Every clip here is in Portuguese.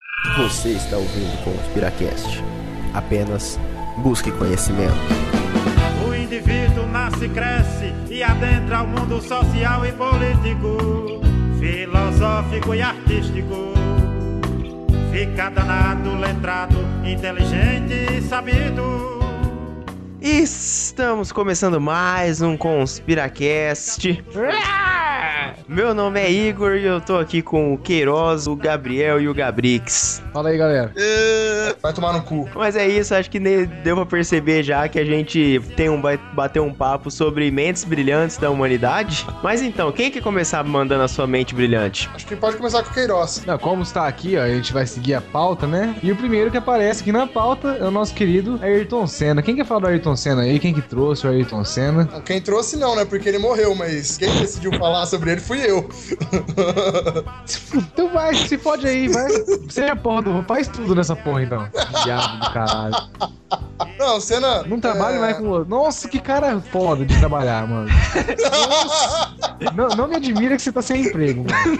Você está ouvindo o Conspiracast. Apenas busque conhecimento. O indivíduo nasce, cresce e adentra o mundo social e político, filosófico e artístico. Fica danado, letrado, inteligente e sabido. Estamos começando mais um Conspiracast. Meu nome é Igor e eu tô aqui com o Queiroz, o Gabriel e o Gabrix. Fala aí, galera. Vai tomar no cu. Mas é isso, acho que deu pra perceber já que a gente vai bater um papo sobre mentes brilhantes da humanidade. Mas então, quem quer começar mandando a sua mente brilhante? Acho que pode começar com o Queiroz. Não, como está aqui, ó, a gente vai seguir a pauta, né? E o primeiro que aparece aqui na pauta é o nosso querido Ayrton Senna. Quem quer falar do Ayrton Senna aí? Quem que trouxe o Ayrton Senna? Quem trouxe não, né? Porque ele morreu, mas quem decidiu falar sobre ele fui eu. Então vai, se fode aí, vai. Você é a porra do... Faz tudo nessa porra, então. Diabo do caralho. Não, o Senna... Não trabalho mais com o outro. Nossa, que cara foda de trabalhar, mano. Nossa. Não me admira que você tá sem emprego, mano.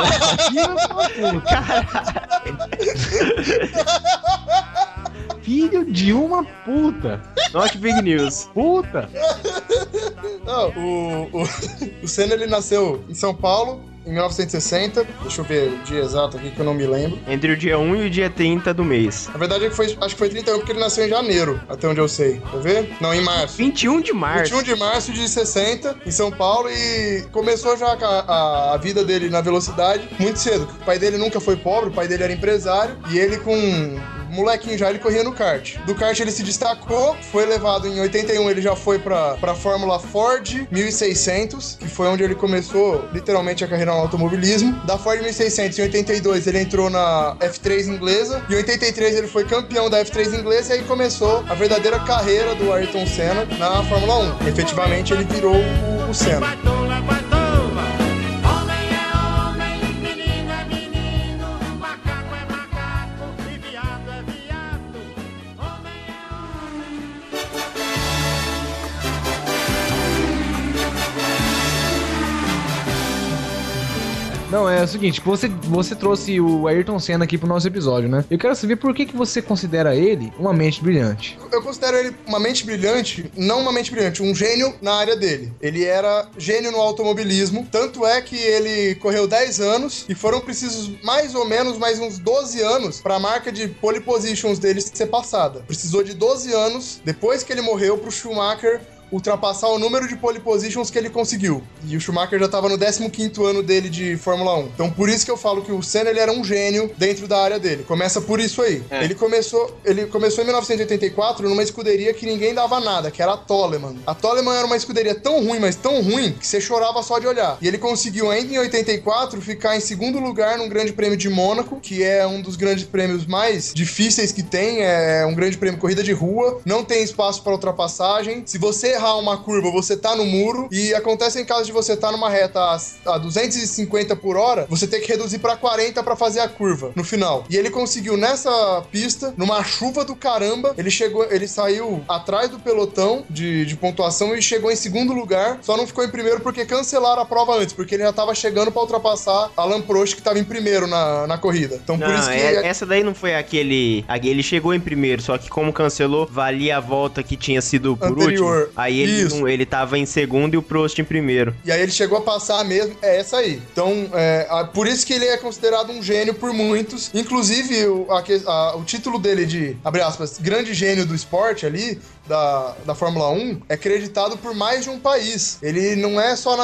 Caralho. Filho de uma puta. Not big news. Puta. Não, o Senna, ele nasceu em São Paulo em 1960, deixa eu ver o dia exato aqui que eu não me lembro. Entre o dia 1 e o dia 30 do mês. Na verdade, acho que foi 31 porque ele nasceu em janeiro, até onde eu sei. Quer ver? Não, em março. 21 de março. 21 de março de 60, em São Paulo, e começou já a vida dele na velocidade muito cedo. O pai dele nunca foi pobre, o pai dele era empresário, e ele com... molequinho já, ele corria no kart. Do kart ele se destacou, foi levado em 81, ele já foi pra Fórmula Ford 1600, que foi onde ele começou literalmente a carreira no automobilismo. Da Ford 1600, em 82, ele entrou na F3 inglesa, e em 83 ele foi campeão da F3 inglesa, e aí começou a verdadeira carreira do Ayrton Senna na Fórmula 1. Efetivamente ele virou o Senna. Não, é o seguinte, você trouxe o Ayrton Senna aqui pro nosso episódio, né? Eu quero saber por que você considera ele uma mente brilhante. Eu considero ele uma mente brilhante, não uma mente brilhante, um gênio na área dele. Ele era gênio no automobilismo, tanto é que ele correu 10 anos e foram precisos mais ou menos mais uns 12 anos pra marca de pole positions dele ser passada. Precisou de 12 anos, depois que ele morreu, pro Schumacher ultrapassar o número de pole positions que ele conseguiu. E o Schumacher já estava no 15º ano dele de Fórmula 1. Então por isso que eu falo que o Senna, ele era um gênio dentro da área dele. Começa por isso aí. Ele começou em 1984 numa escuderia que ninguém dava nada, que era a Toleman. A Toleman era uma escuderia tão ruim, mas tão ruim, que você chorava só de olhar. E ele conseguiu ainda em 84 ficar em segundo lugar num grande prêmio de Mônaco, que é um dos grandes prêmios mais difíceis que tem, é um grande prêmio corrida de rua, não tem espaço para ultrapassagem. Se você errar uma curva, você tá no muro, e acontece em caso de você tá numa reta a 250 por hora, você tem que reduzir pra 40 pra fazer a curva no final. E ele conseguiu nessa pista, numa chuva do caramba, ele saiu atrás do pelotão de pontuação e chegou em segundo lugar, só não ficou em primeiro porque cancelaram a prova antes, porque ele já tava chegando pra ultrapassar Alain Prost, que tava em primeiro na corrida. Então por isso que... Essa daí não foi aquele... Ele chegou em primeiro, só que como cancelou, valia a volta que tinha sido por anterior. Último. Aí ele tava em segundo e o Prost em primeiro. E aí ele chegou a passar mesmo, é essa aí. Então, por isso que ele é considerado um gênio por muitos. Inclusive, o título dele de, abre aspas, grande gênio do esporte ali, da Fórmula 1, é acreditado por mais de um país. Ele não é só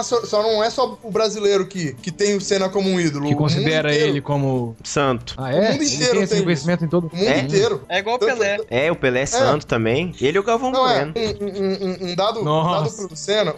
o brasileiro que tem o Senna como um ídolo. Que considera ele como santo. Ah, é? O mundo inteiro tem esse reconhecimento em todo o mundo inteiro. É igual o Pelé. O Pelé é santo também. Ele e o Galvão Bueno. Um dado do Senna,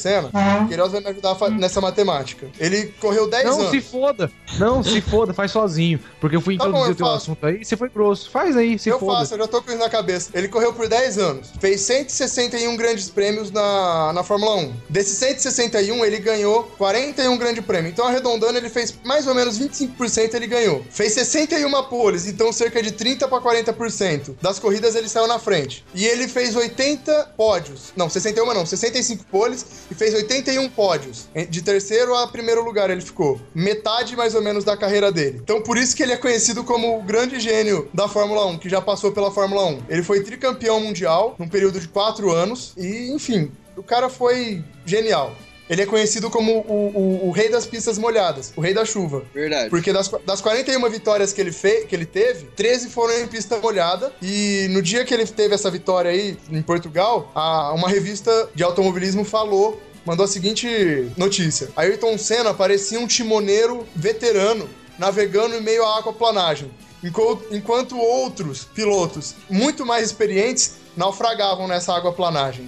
o Queiroz vai me ajudar nessa matemática. Ele correu 10 anos. Não se foda, faz sozinho. Porque eu fui introduzir o teu assunto aí e você foi grosso. Faz aí, se foda. Eu já tô com isso na cabeça. Ele correu por 10 anos. fez 161 grandes prêmios na Fórmula 1. Desses 161, ele ganhou 41 grandes prêmios. Então, arredondando, ele fez mais ou menos 25% ele ganhou. Fez 61 poles, então cerca de 30 para 40%. Das corridas ele saiu na frente. E ele fez 80 pódios. Não, 61 não, 65 poles e fez 81 pódios. De terceiro a primeiro lugar ele ficou. Metade mais ou menos da carreira dele. Então, por isso que ele é conhecido como o grande gênio da Fórmula 1, que já passou pela Fórmula 1. Ele foi tricampeão mundial num período de 4 anos e, enfim, o cara foi genial. Ele é conhecido como o rei das pistas molhadas, o rei da chuva. Verdade. Porque das 41 vitórias que ele teve, 13 foram em pista molhada. E no dia que ele teve essa vitória aí, em Portugal, uma revista de automobilismo mandou a seguinte notícia. Ayrton Senna parecia um timoneiro veterano, navegando em meio à aquaplanagem. Enquanto outros pilotos muito mais experientes naufragavam nessa aquaplanagem.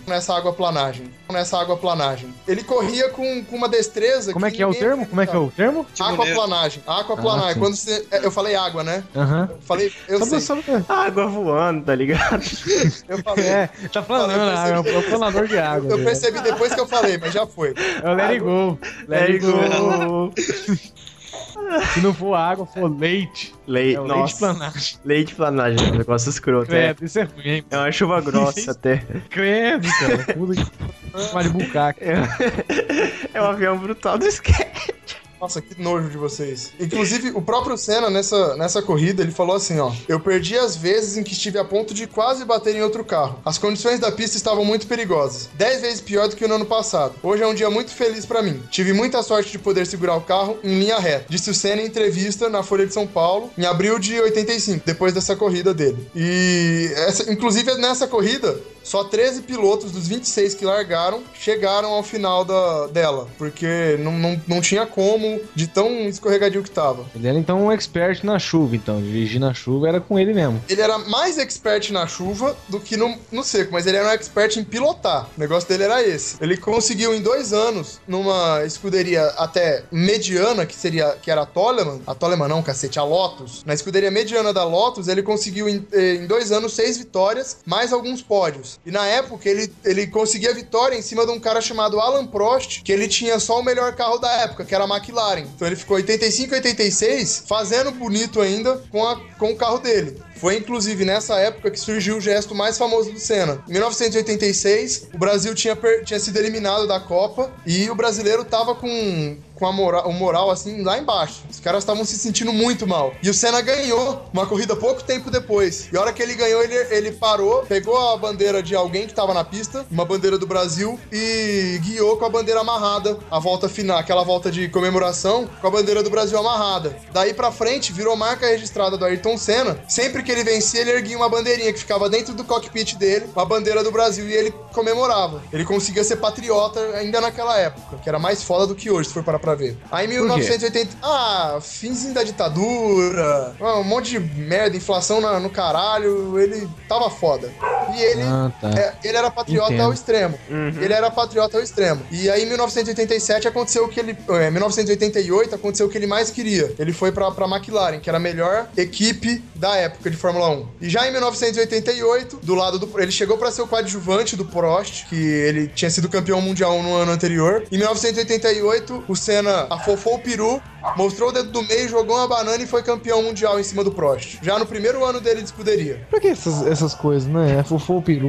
Ele corria com uma destreza... Como é que é o termo? Aquaplanagem. Aquaplanagem. Quando você... Eu falei água, né? Aham. Eu sei. Água voando, tá ligado? Eu falei. Tá planando água, é o planador de água. Eu percebi depois que eu falei, mas já foi. É o let it go. Let it go. Se não for água, for leite. Leite, Leite nossa. planagem. Leite planagem, um negócio escroto. Credo, isso é ruim, hein? É uma chuva grossa até. Credo, cara. Puta que... Maribucaca. É um avião brutal do skate. Nossa, que nojo de vocês. Inclusive, o próprio Senna, nessa corrida, ele falou assim, ó: eu perdi as vezes em que estive a ponto de quase bater em outro carro. As condições da pista estavam muito perigosas. 10 vezes pior do que no ano passado. Hoje é um dia muito feliz pra mim. Tive muita sorte de poder segurar o carro em linha reta. Disse o Senna em entrevista na Folha de São Paulo, em abril de 85, depois dessa corrida dele. E, inclusive, nessa corrida, só 13 pilotos dos 26 que largaram chegaram ao final dela, porque não tinha como, de tão escorregadio que tava. Ele era então um expert na chuva, então. Dirigir na chuva era com ele mesmo. Ele era mais expert na chuva do que no seco, mas ele era um expert em pilotar. O negócio dele era esse. Ele conseguiu em 2 anos, numa escuderia até mediana, que era a Toleman. A Toleman não, cacete, a Lotus. Na escuderia mediana da Lotus, ele conseguiu em 2 anos 6 vitórias, mais alguns pódios. E na época, ele conseguia vitória em cima de um cara chamado Alan Prost, que ele tinha só o melhor carro da época, que era a McLaren. Então ele ficou 85 e 86 fazendo bonito ainda com o carro dele. Foi, inclusive, nessa época que surgiu o gesto mais famoso do Senna. Em 1986, o Brasil tinha sido eliminado da Copa e o brasileiro tava com o moral, assim, lá embaixo. Os caras estavam se sentindo muito mal. E o Senna ganhou uma corrida pouco tempo depois. E a hora que ele ganhou, ele parou, pegou a bandeira de alguém que tava na pista, uma bandeira do Brasil, e guiou com a bandeira amarrada a volta final, aquela volta de comemoração com a bandeira do Brasil amarrada. Daí pra frente, virou marca registrada do Ayrton Senna. Sempre que ele vencia, ele erguia uma bandeirinha que ficava dentro do cockpit dele, a bandeira do Brasil, e ele comemorava. Ele conseguia ser patriota ainda naquela época, que era mais foda do que hoje, se for parar pra ver. Aí em 1980... finzinho da ditadura, um monte de merda, inflação no caralho, ele tava foda. E ele, ele era patriota ao extremo. Uhum. Ele era patriota ao extremo. E aí em 1987 aconteceu o que ele... 1988 aconteceu o que ele mais queria. Ele foi pra McLaren, que era a melhor equipe da época de Fórmula 1. E já em 1988, ele chegou pra ser o coadjuvante do Prost, que ele tinha sido campeão mundial no ano anterior. Em 1988, o Senna afofou o peru, mostrou o dedo do meio, jogou uma banana e foi campeão mundial em cima do Prost. Já no primeiro ano dele de escuderia. Por que essas coisas, né? Afofou o peru.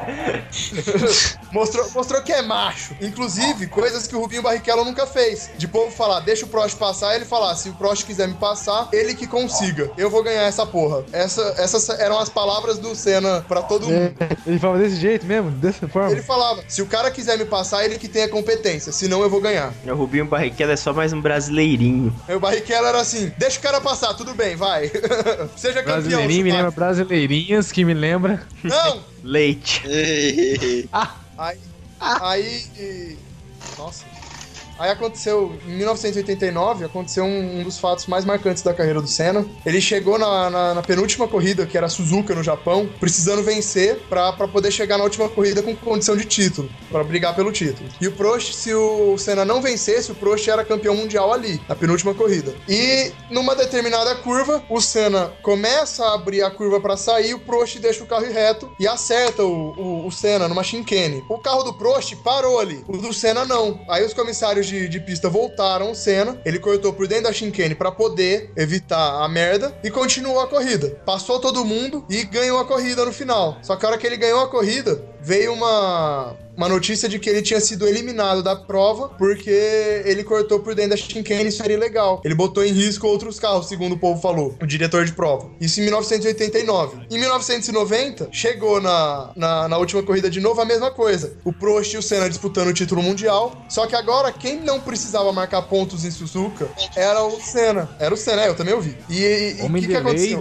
mostrou que é macho. Inclusive, coisas que o Rubinho Barrichello nunca fez. De povo falar, deixa o Prost passar, ele falar, se o Prost quiser me passar, ele que consiga. Eu vou ganhar essa porra. Essas eram as palavras do Senna pra todo mundo. Ele falava desse jeito mesmo? Dessa forma? Ele falava, se o cara quiser me passar, ele que tem a competência, senão eu vou ganhar. O Rubinho Barrichello é só mais um brasileirinho. O Barrichello era assim, deixa o cara passar, tudo bem, vai. Seja campeão. Brasileirinho me lembra brasileirinhas, que me lembra... Não! Leite. Aí... Nossa. Aí aconteceu, em 1989, aconteceu um dos fatos mais marcantes da carreira do Senna. Ele chegou na penúltima corrida, que era a Suzuka, no Japão, precisando vencer pra poder chegar na última corrida com condição de título, pra brigar pelo título. E o Prost, se o Senna não vencesse, o Prost era campeão mundial ali, na penúltima corrida. E numa determinada curva, o Senna começa a abrir a curva pra sair, o Prost deixa o carro ir reto e acerta o Senna numa chicane. O carro do Prost parou ali, o do Senna não. Aí os comissários de pista voltaram o Senna, ele cortou por dentro da chicane pra poder evitar a merda e continuou a corrida. Passou todo mundo e ganhou a corrida no final. Só que a hora que ele ganhou a corrida, veio uma notícia de que ele tinha sido eliminado da prova porque ele cortou por dentro da chicane, isso era ilegal. Ele botou em risco outros carros, segundo o povo falou, o diretor de prova. Isso em 1989. Em 1990, chegou na última corrida de novo a mesma coisa. O Prost e o Senna disputando o título mundial, só que agora quem não precisava marcar pontos em Suzuka era o Senna. Era o Senna, eu também ouvi. E o que aconteceu?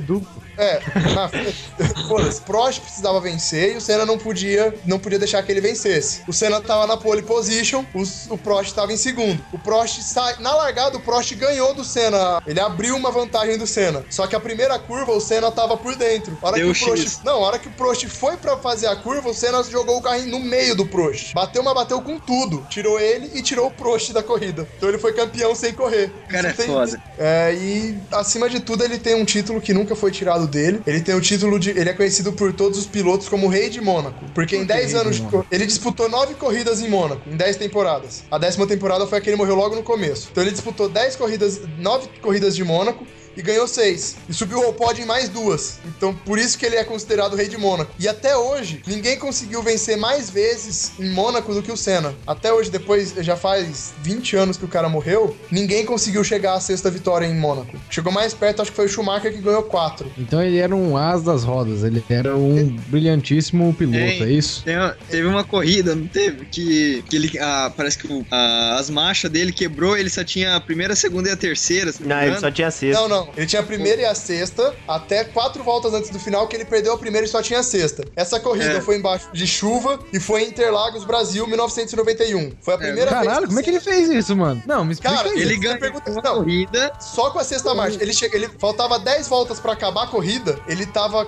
Foda-se, Prost precisava vencer e o Senna não podia deixar que ele vencesse. O Senna tava na pole position, o Prost tava em segundo. O Prost na largada, o Prost ganhou do Senna. Ele abriu uma vantagem do Senna. Só que a primeira curva, o Senna tava por dentro. A hora que o Prost foi pra fazer a curva, o Senna jogou o carrinho no meio do Prost. Bateu com tudo. Tirou ele e tirou o Prost da corrida. Então ele foi campeão sem correr. O cara é foda. E acima de tudo, ele tem um título que nunca foi tirado dele. Ele tem o título de... Ele é conhecido por todos os pilotos como o Rei de Mônaco. Porque em 10 anos ele disputou 9 corridas em Mônaco, em 10 temporadas. A 10ª temporada foi a que ele morreu logo no começo. Então ele disputou 9 corridas de Mônaco e ganhou 6. E subiu ao pódio em mais 2. Então, por isso que ele é considerado o Rei de Mônaco. E até hoje, ninguém conseguiu vencer mais vezes em Mônaco do que o Senna. Até hoje, depois, já faz 20 anos que o cara morreu, ninguém conseguiu chegar à 6ª vitória em Mônaco. Chegou mais perto, acho que foi o Schumacher que ganhou 4. Então ele era um as das rodas, ele era um brilhantíssimo piloto, é isso? Teve uma corrida, não teve? Que ele, parece que as marchas dele quebrou, ele só tinha a primeira, a segunda e a terceira. Não, ele só tinha a sexta. Não. Ele tinha a primeira e a sexta, até 4 voltas antes do final, que ele perdeu a primeira e só tinha a sexta. Essa corrida foi embaixo de chuva e foi em Interlagos, Brasil, 1991. Foi a primeira vez. Caralho, como é que ele fez isso, mano? Não, me explica. Cara, ele ganhou a corrida só com a sexta marcha. Ele faltava 10 voltas pra acabar a corrida, ele tava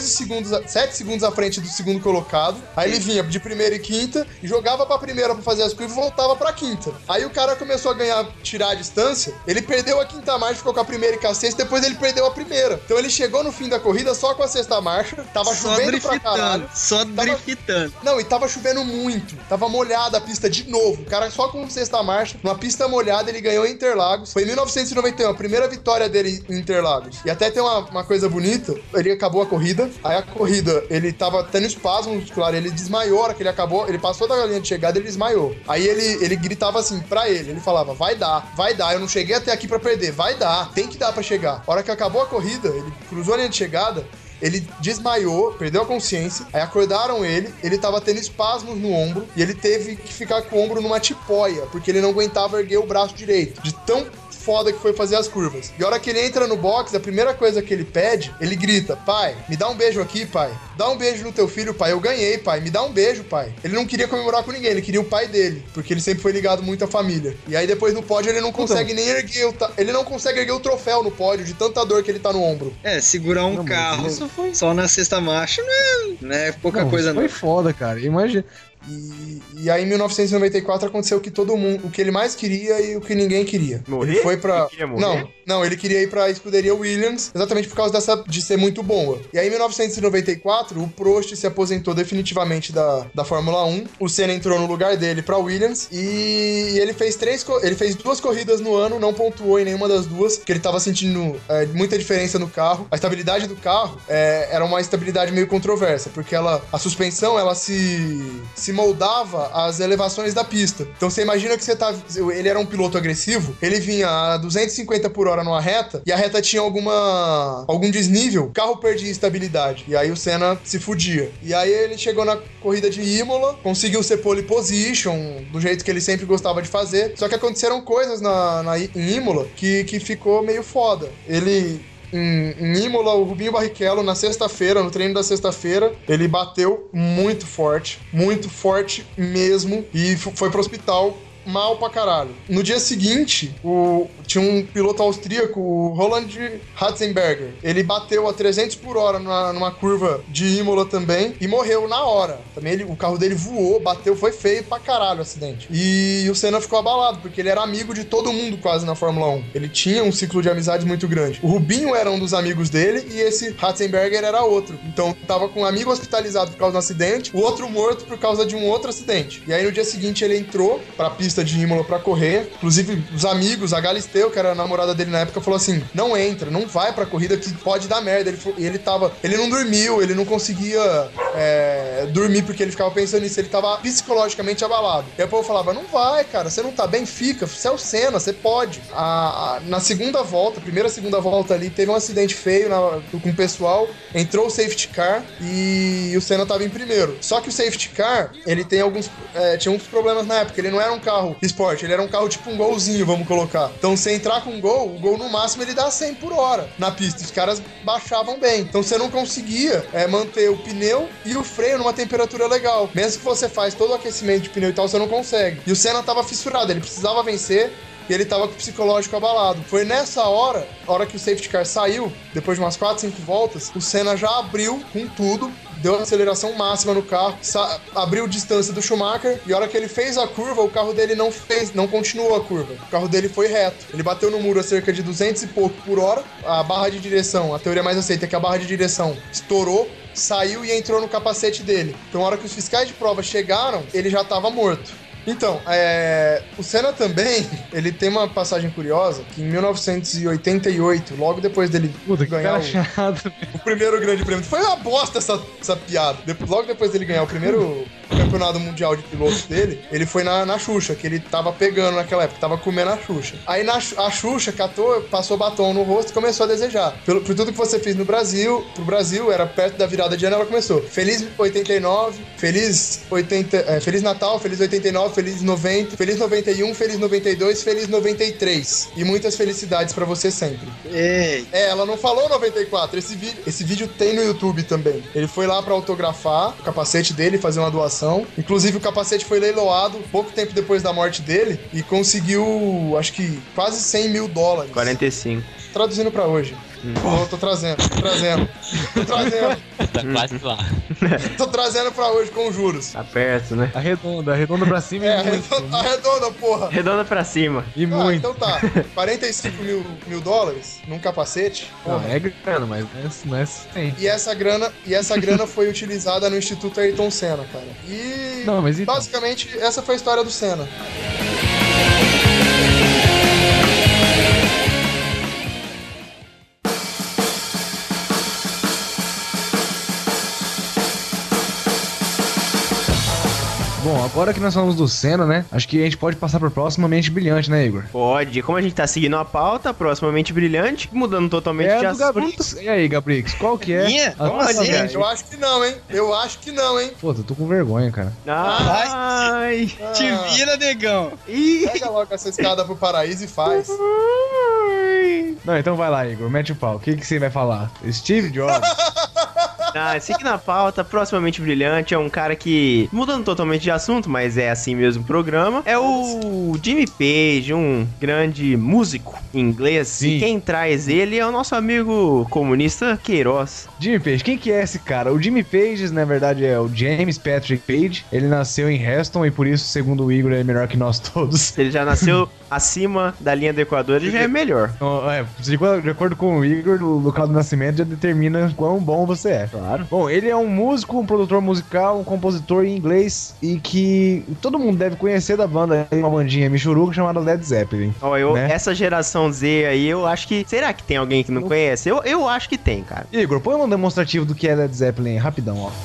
7 segundos à frente do segundo colocado, aí ele vinha de primeira e quinta, e jogava pra primeira pra fazer as curvas e voltava pra quinta. Aí o cara começou a tirar a distância, ele perdeu a quinta marcha, ficou com a primeira e com a sexta, depois ele perdeu a primeira. Então ele chegou no fim da corrida só com a sexta marcha, tava chovendo pra caralho. Só driftando. Não, e tava chovendo muito. Tava molhada a pista de novo. O cara só com sexta marcha, numa pista molhada, ele ganhou em Interlagos. Foi em 1991, a primeira vitória dele em Interlagos. E até tem uma coisa bonita, ele acabou a corrida, aí a corrida, ele tava tendo espasmo muscular, ele desmaiou, a hora que ele acabou, ele passou da linha de chegada, ele desmaiou. Aí ele gritava assim pra ele falava, vai dar, eu não cheguei até aqui pra perder, vai dar, tem que dar pra chegar. A hora que acabou a corrida, ele cruzou a linha de chegada, ele desmaiou, perdeu a consciência, aí acordaram ele tava tendo espasmos no ombro, e ele teve que ficar com o ombro numa tipóia, porque ele não aguentava erguer o braço direito, de tão foda que foi fazer as curvas. E a hora que ele entra no box, a primeira coisa que ele pede, ele grita, pai, me dá um beijo aqui, pai. Dá um beijo no teu filho, pai. Eu ganhei, pai. Me dá um beijo, pai. Ele não queria comemorar com ninguém, ele queria o pai dele, porque ele sempre foi ligado muito à família. E aí depois no pódio ele não consegue nem erguer ele não consegue erguer o troféu no pódio, de tanta dor que ele tá no ombro. Segurar um carro só na sexta marcha não é pouca coisa, não. Foi foda, cara. Imagina. E aí em 1994 aconteceu o que ele mais queria e o que ninguém queria. Morrer? Ele foi pra... Ele queria morrer? Não, ele queria ir pra escuderia Williams, exatamente por causa de ser muito boa. E aí em 1994, o Prost se aposentou definitivamente da Fórmula 1. O Senna entrou no lugar dele pra Williams e ele fez 2 corridas no ano, não pontuou em nenhuma das duas, porque ele tava sentindo muita diferença no carro. A estabilidade do carro era uma estabilidade meio controversa, porque a suspensão, ela se moldava às elevações da pista. Então você imagina que ele era um piloto agressivo, ele vinha a 250 por hora numa reta, e a reta tinha algum desnível, o carro perdia estabilidade, e aí o Senna se fudia. E aí ele chegou na corrida de Imola, conseguiu ser pole position, do jeito que ele sempre gostava de fazer, só que aconteceram coisas em Imola que ficou meio foda. Em Imola, o Rubinho Barrichello, na sexta-feira, no treino da sexta-feira, ele bateu muito forte mesmo, e foi pro hospital mal pra caralho. No dia seguinte, tinha um piloto austríaco, o Roland Ratzenberger. Ele bateu a 300 por hora numa curva de Imola também e morreu na hora. Também o carro dele voou, bateu, foi feio pra caralho o acidente. E o Senna ficou abalado, porque ele era amigo de todo mundo quase na Fórmula 1. Ele tinha um ciclo de amizade muito grande. O Rubinho era um dos amigos dele e esse Ratzenberger era outro. Então tava com um amigo hospitalizado por causa do acidente, o outro morto por causa de um outro acidente. E aí no dia seguinte ele entrou pra pista de Imola pra correr. Inclusive os amigos, a Galisteu, que era a namorada dele na época, falou assim: não entra, não vai pra corrida que pode dar merda. Ele não dormiu, ele não conseguia dormir porque ele ficava pensando nisso, ele tava psicologicamente abalado. E aí o povo falava: não vai, cara, você não tá bem, fica, você é o Senna, você pode. Na primeira segunda volta ali, teve um acidente feio com o pessoal, entrou o safety car e o Senna tava em primeiro. Só que o safety car, ele tem tinha uns problemas na época, ele não era um carro esporte, ele era um carro tipo um golzinho, vamos colocar. Então você entrar com o gol no máximo ele dá 100 por hora na pista, os caras baixavam bem. Então você não conseguia manter o pneu e o freio numa temperatura legal. Mesmo que você faz todo o aquecimento de pneu e tal, você não consegue. E o Senna tava fissurado, ele precisava vencer e ele tava com o psicológico abalado. Foi nessa hora, a hora que o safety car saiu, depois de umas 4, 5 voltas, o Senna já abriu com tudo, deu aceleração máxima no carro, abriu distância do Schumacher, e a hora que ele fez a curva, o carro dele não continuou a curva. O carro dele foi reto. Ele bateu no muro a cerca de 200 e pouco por hora. A barra de direção, a teoria mais aceita é que a barra de direção estourou, saiu e entrou no capacete dele. Então, na hora que os fiscais de prova chegaram, ele já estava morto. Então, o Senna também, ele tem uma passagem curiosa, que em 1988, logo depois dele ganhar o primeiro grande prêmio, foi uma bosta essa piada, logo depois dele ganhar o primeiro campeonato mundial de pilotos dele, ele foi na Xuxa, que ele tava pegando naquela época, tava comendo a Xuxa. Aí a Xuxa catou, passou batom no rosto e começou a desejar. Por tudo que você fez pro Brasil, era perto da virada de ano, ela começou: Feliz 89, Feliz Natal, Feliz 89, Feliz 90, Feliz 91, Feliz 92, Feliz 93. E muitas felicidades pra você sempre. Ei. Ela não falou 94. Esse vídeo tem no YouTube também. Ele foi lá pra autografar o capacete dele, fazer uma doação. Inclusive, o capacete foi leiloado pouco tempo depois da morte dele e conseguiu, acho que, quase $100 mil. 45. Traduzindo pra hoje. Tô trazendo. Tá quase lá. Tô trazendo pra hoje com juros. Tá perto, né? Arredonda pra cima e muito. Arredonda, porra. Redonda pra cima. E muito. Então tá. 45 mil dólares num capacete. Não, é grana, mas não é assim. E essa grana foi utilizada no Instituto Ayrton Senna, cara. E não, mas então, basicamente essa foi a história do Senna. Bom, agora que nós falamos do Senna, né? Acho que a gente pode passar pra próxima Mente Brilhante, né, Igor? Pode. Como a gente tá seguindo a pauta, proximamente brilhante, mudando totalmente de assunto. Gabrix. E aí, Gabrix, qual que é? Minha? Eu acho que não, hein? Pô, eu tô com vergonha, cara. Ai. Te vira, negão. Pega logo essa escada pro paraíso e faz. Não, então vai lá, Igor, mete o pau. O que você vai falar? Steve Jobs? Seguindo a pauta, proximamente brilhante, é um cara que, mudando totalmente de assunto, mas é assim mesmo o programa, é o Jimmy Page, um grande músico inglês. Sim. E quem traz ele é o nosso amigo comunista Queiroz. Jimmy Page, quem que é esse cara? O Jimmy Page, na verdade, é o James Patrick Page. Ele nasceu em Reston e por isso, segundo o Igor, é melhor que nós todos. Ele já nasceu acima da linha do Equador, ele já é melhor. De acordo com o Igor, o local do nascimento já determina quão bom você é. Claro. Bom, ele é um músico, um produtor musical, um compositor em inglês e que todo mundo deve conhecer da banda, uma bandinha michuruca chamada Led Zeppelin. Né? Essa geração Z aí, eu acho que... Será que tem alguém que não conhece? Eu acho que tem, cara. Igor, põe um demonstrativo do que é Led Zeppelin, rapidão, ó.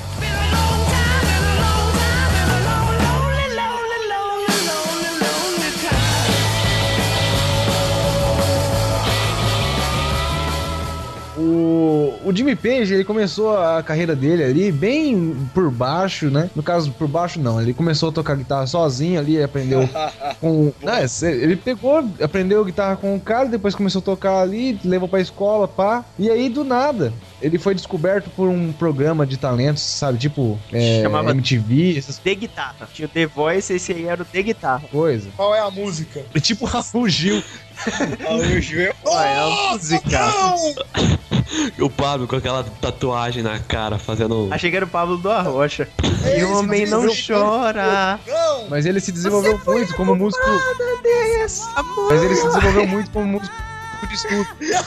O Jimmy Page, ele começou a carreira dele ali bem por baixo, né? No caso, por baixo não. Ele começou a tocar guitarra sozinho ali, aprendeu com... ele aprendeu guitarra com o cara, depois começou a tocar ali, levou pra escola, pá. E aí, do nada, ele foi descoberto por um programa de talentos, sabe? Tipo, chamava MTV, essas The Guitarra. Tinha o The Voice, esse aí era o The Guitarra. coisas. Qual é a música? É tipo Raul Gil. O Gil É uma música. O Pablo com aquela tatuagem na cara, fazendo... Achei que era o Pablo do Arrocha. E o homem não chora. Não! Mas ele se desenvolveu muito como músico. Mas ele se desenvolveu muito como músico de estudo.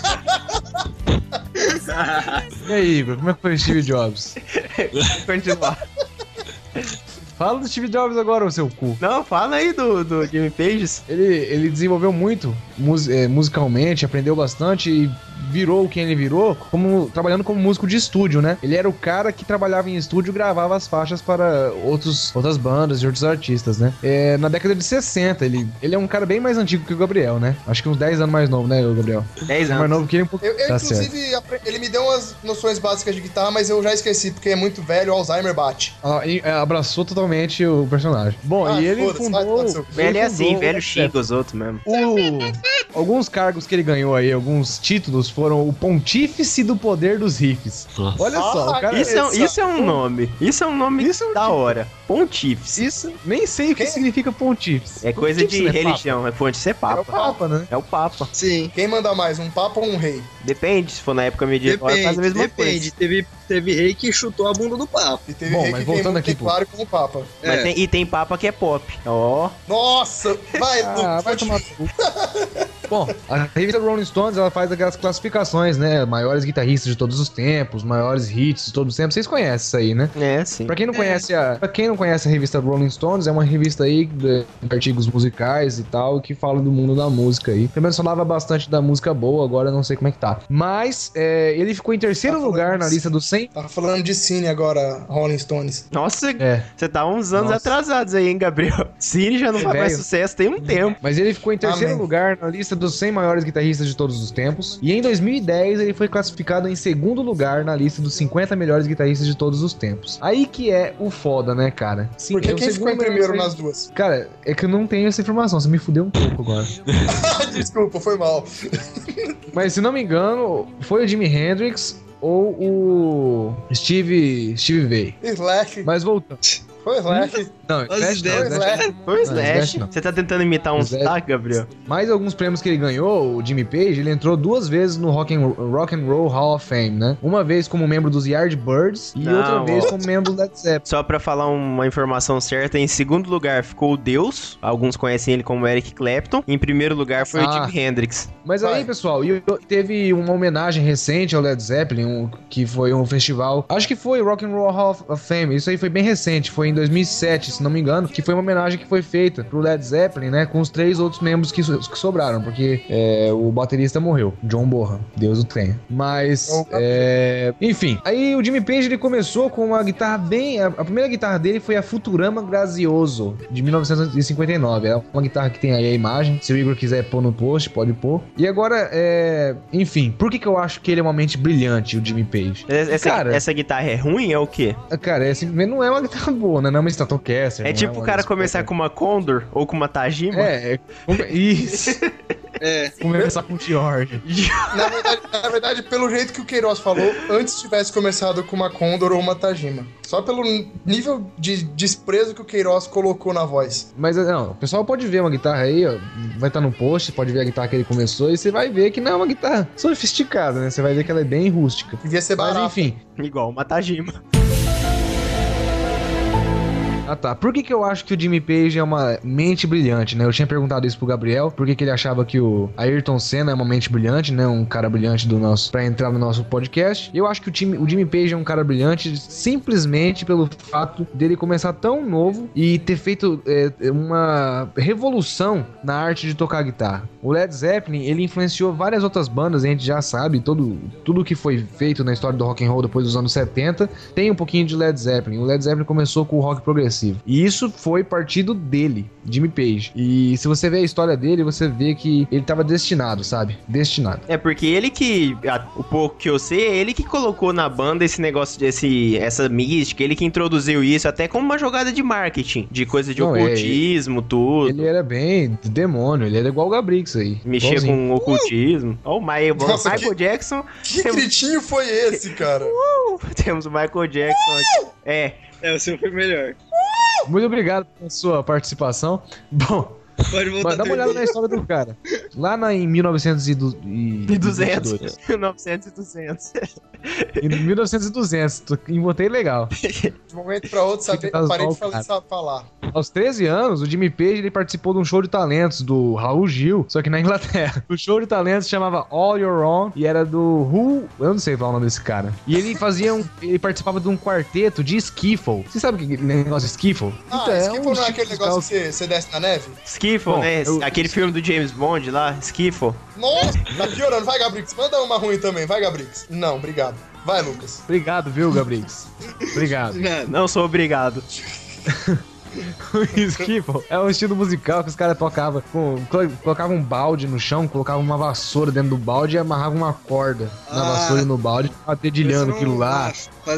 E aí, Igor, como é que foi o Steve Jobs? Continuar. Fala do Steve Jobs agora, o seu cu. Não, fala aí do Jimmy Page. Ele desenvolveu muito musicalmente, aprendeu bastante e virou quem ele virou trabalhando como músico de estúdio, né? Ele era o cara que trabalhava em estúdio e gravava as faixas para outras bandas e outros artistas, né? Na década de 60, ele é um cara bem mais antigo que o Gabriel, né? Acho que uns 10 anos mais novo, né, o Gabriel? 10 anos. Mais novo que ele um pouco. Eu Tá inclusive, ele me deu umas noções básicas de guitarra, mas eu já esqueci, porque é muito velho, o Alzheimer bate. Abraçou totalmente o personagem. Bom, e ele foda-se, vai tomar fundou... no seu cu. Velho é assim, fundou- velho xinga os outros mesmo. Alguns cargos que ele ganhou aí, alguns títulos, foram o Pontífice do Poder dos Riffs. Nossa. Olha só, o cara... Isso é um nome. Isso é um nome Isso é um da tipo. hora. Pontífice. Isso, nem sei o que significa pontífice. É coisa Pontífice de não é religião. É ponte ser Papa? É o papa. Papa, né? É o Papa. Sim. Quem manda mais, um papa ou um rei? Depende, se for na época medieval, faz a mesma Depende. coisa. Teve rei que chutou a bunda do papo. E teve Bom, rei mas que voltando queimou aqui, o teclado como papa. Mas tem papa que é pop. Ó. Nossa! Vai, Vai tomar no cu. Bom, a revista Rolling Stones, ela faz aquelas classificações, né? Maiores guitarristas de todos os tempos, maiores hits de todos os tempos. Vocês conhecem isso aí, né? É, sim. Pra quem não conhece a revista Rolling Stones, é uma revista aí de artigos musicais e tal, que fala do mundo da música aí. Também falava bastante da música boa, agora eu não sei como é que tá. Mas ele ficou em terceiro lugar na lista dos 100. Tava falando de cine agora, Rolling Stones. Nossa, É. você tá uns anos Nossa. atrasados aí, hein, Gabriel? Cine já não faz mais velho. sucesso tem um tempo. Mas ele ficou em terceiro Amém. lugar na lista dos 100 maiores guitarristas de todos os tempos. E em 2010 ele foi classificado em segundo lugar na lista dos 50 melhores guitarristas de todos os tempos. Aí que é o foda, né, cara? Sim, Porque o quem ficou em segundo, primeiro eu não nas sei. duas? Cara, é que eu não tenho essa informação, você me fudeu um pouco agora. Desculpa, foi mal. Mas se não me engano, foi o Jimi Hendrix ou o Steve Vai. Slash. Mas voltando. Foi Slash. Não, Slash não, ideias, Slash não. Foi o Slash Slash. não. Você tá tentando imitar um Slash. sotaque, Gabriel? Mais alguns prêmios que ele ganhou, o Jimmy Page, ele entrou 2 vezes no Rock and Roll Hall of Fame, né? Uma vez como membro dos Yardbirds e Não, outra vez ó. como membro do Led Zeppelin. Só pra falar uma informação certa, em segundo lugar ficou o Deus. Alguns conhecem ele como Eric Clapton. Em primeiro lugar foi o Ah. Jimi Hendrix. Mas Vai. aí, pessoal, teve uma homenagem recente ao Led Zeppelin, que foi um festival, acho que foi o Rock and Roll Hall of Fame, isso aí foi bem recente, foi em 2007, se não me engano, que foi uma homenagem que foi feita pro Led Zeppelin, né, com os 3 outros membros que sobraram, porque o baterista morreu, John Bonham, Deus o tenha. Mas, enfim, aí o Jimmy Page, ele começou com uma guitarra a primeira guitarra dele foi a Futurama Grazioso, de 1959, é uma guitarra que tem aí a imagem, se o Igor quiser pôr no post, pode pôr. E agora, enfim, por que eu acho que ele é uma mente brilhante, o Jimmy Page? Essa guitarra é ruim? É o quê? Cara, simplesmente não é uma guitarra boa, né? Não é uma Stratocaster. É não tipo uma o cara Les começar Paul. com uma Condor ou com uma Tajima? Isso. É. Começar com o George. Na verdade, pelo jeito que o Queiroz falou, antes tivesse começado com uma Condor ou uma Tajima. Só pelo nível de desprezo que o Queiroz colocou na voz. Mas não, o pessoal pode ver uma guitarra aí, ó, vai estar no post, pode ver a guitarra que ele começou e você vai ver que não é uma guitarra sofisticada, né? Você vai ver que ela é bem rústica. Devia ser Mas barato. enfim. Igual uma Tajima. Ah tá, por que eu acho que o Jimmy Page é uma mente brilhante, né? Eu tinha perguntado isso pro Gabriel, por que ele achava que o Ayrton Senna é uma mente brilhante, né? Um cara brilhante pra entrar no nosso podcast. E eu acho que o Jimmy Page é um cara brilhante simplesmente pelo fato dele começar tão novo e ter feito uma revolução na arte de tocar guitarra. O Led Zeppelin, ele influenciou várias outras bandas, a gente já sabe, tudo que foi feito na história do rock and roll depois dos anos 70 tem um pouquinho de Led Zeppelin. O Led Zeppelin começou com o rock progressivo, progressivo. E isso foi partido dele, Jimmy Page. E se você vê a história dele, você vê que ele tava destinado, sabe? Destinado. É porque ele que, o pouco que eu sei, é ele que colocou na banda esse negócio, essa mística, ele que introduziu isso até como uma jogada de marketing, de coisa de ocultismo, tudo. Ele era bem demônio, ele era igual o Gabrix aí. Mexia com ocultismo. Ó, o Michael Jackson. Que gritinho foi esse, cara? Temos o Michael Jackson aqui. O seu foi melhor. Muito obrigado pela sua participação. Bom, Pode voltar. mas dá uma olhada na história do cara. Lá em 1922. Em 1902. Inventei legal. De um momento pra outro, parei de falar. Aos 13 anos, o Jimmy Page ele participou de um show de talentos do Raul Gil, só que na Inglaterra. O show de talentos chamava All Your Own e era do Who... Eu não sei falar o nome desse cara. E ele ele participava de um quarteto de skiffle. Você sabe o que é negócio de skiffle? Skiffle não é aquele negócio que você desce na neve? Skiffle, né? Aquele filme do James Bond lá, Skiffle. Nossa, tá piorando. Vai, Gabrix. Manda uma ruim também. Vai, Gabrix. Não, obrigado. Vai, Lucas. Obrigado, viu, Gabrix? Obrigado. Não sou obrigado. O skiffle é um estilo musical que os caras tocavam colocavam um balde no chão, colocavam uma vassoura dentro do balde e amarravam uma corda na vassoura e no balde, dedilhando aquilo lá.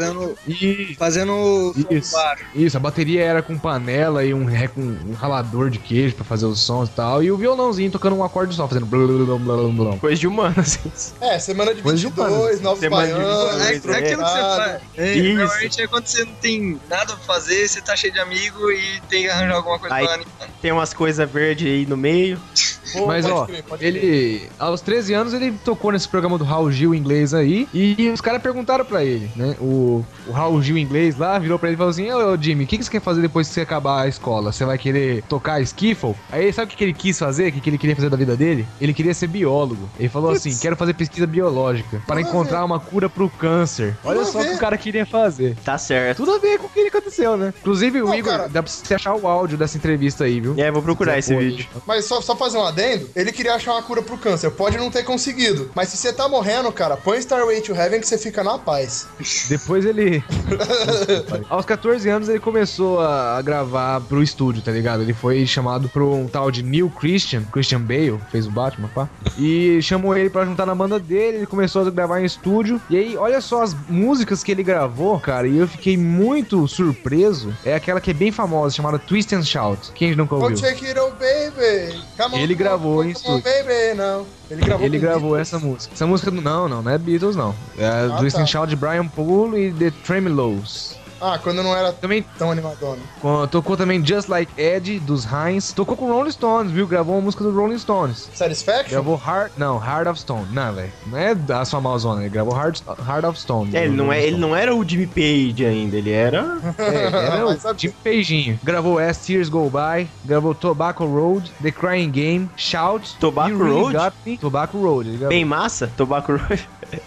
Fazendo isso, a bateria era com panela e um ralador de queijo pra fazer os sons e tal, e o violãozinho tocando um acorde só, fazendo blá blá blá blá blá. Coisa de humano, assim. Semana de 22, Novos Baianos. É aquilo que você faz. Normalmente é quando você não tem nada pra fazer, você tá cheio de amigo e tem que arranjar alguma coisa pra animar. Tem umas coisas verdes aí no meio. Mas ele, aos 13 anos, ele tocou nesse programa do Raul Gil inglês aí, e os caras perguntaram pra ele, né? O Raul Gil inglês lá virou pra ele e falou assim: ô Jimmy, o que você quer fazer depois que você acabar a escola? Você vai querer tocar skiffle? Aí sabe o que ele quis fazer? O que ele queria fazer da vida dele? Ele queria ser biólogo. Ele falou assim: quero fazer pesquisa biológica para encontrar uma cura pro câncer. Olha só o que o cara queria fazer. Tá certo. Tudo a ver com o que aconteceu, né? Inclusive o Igor, dá pra você achar o áudio dessa entrevista aí, viu? Vou procurar esse vídeo. Mas só fazer um adendo, ele queria achar uma cura pro câncer. Pode não ter conseguido, mas se você tá morrendo, cara, põe Starway to Heaven que você fica na paz. Depois ele... Aos 14 anos ele começou a gravar pro estúdio, tá ligado? Ele foi chamado pro um tal de Christian Bale, fez o Batman, pá. E chamou ele pra juntar na banda dele, ele começou a gravar em estúdio. E aí, olha só as músicas que ele gravou, cara, e eu fiquei muito surpreso. É aquela que é bem famosa, chamada Twist and Shout. Quem nunca ouviu? Check it out, baby. Come on, ele gravou em estúdio. Baby, não. Ele gravou essa música. Essa música não é Beatles, não. É Twist and Shout de Brian Poole e The Tremeloes. Quando não era também tão animadona. Tocou também Just Like Ed, dos Heinz. Tocou com Rolling Stones, viu? Gravou uma música do Rolling Stones. Satisfaction? Gravou Heart of Stone. Não, velho. Não é da sua malzona. Ele gravou Heart of Stone. Ele não era o Jimmy Page ainda. Ele era... era o Jimmy Paginho. Gravou As Tears Go By. Gravou Tobacco Road, The Crying Game, Shout. Tobacco Road? Tobacco Road. Bem massa? Tobacco Road.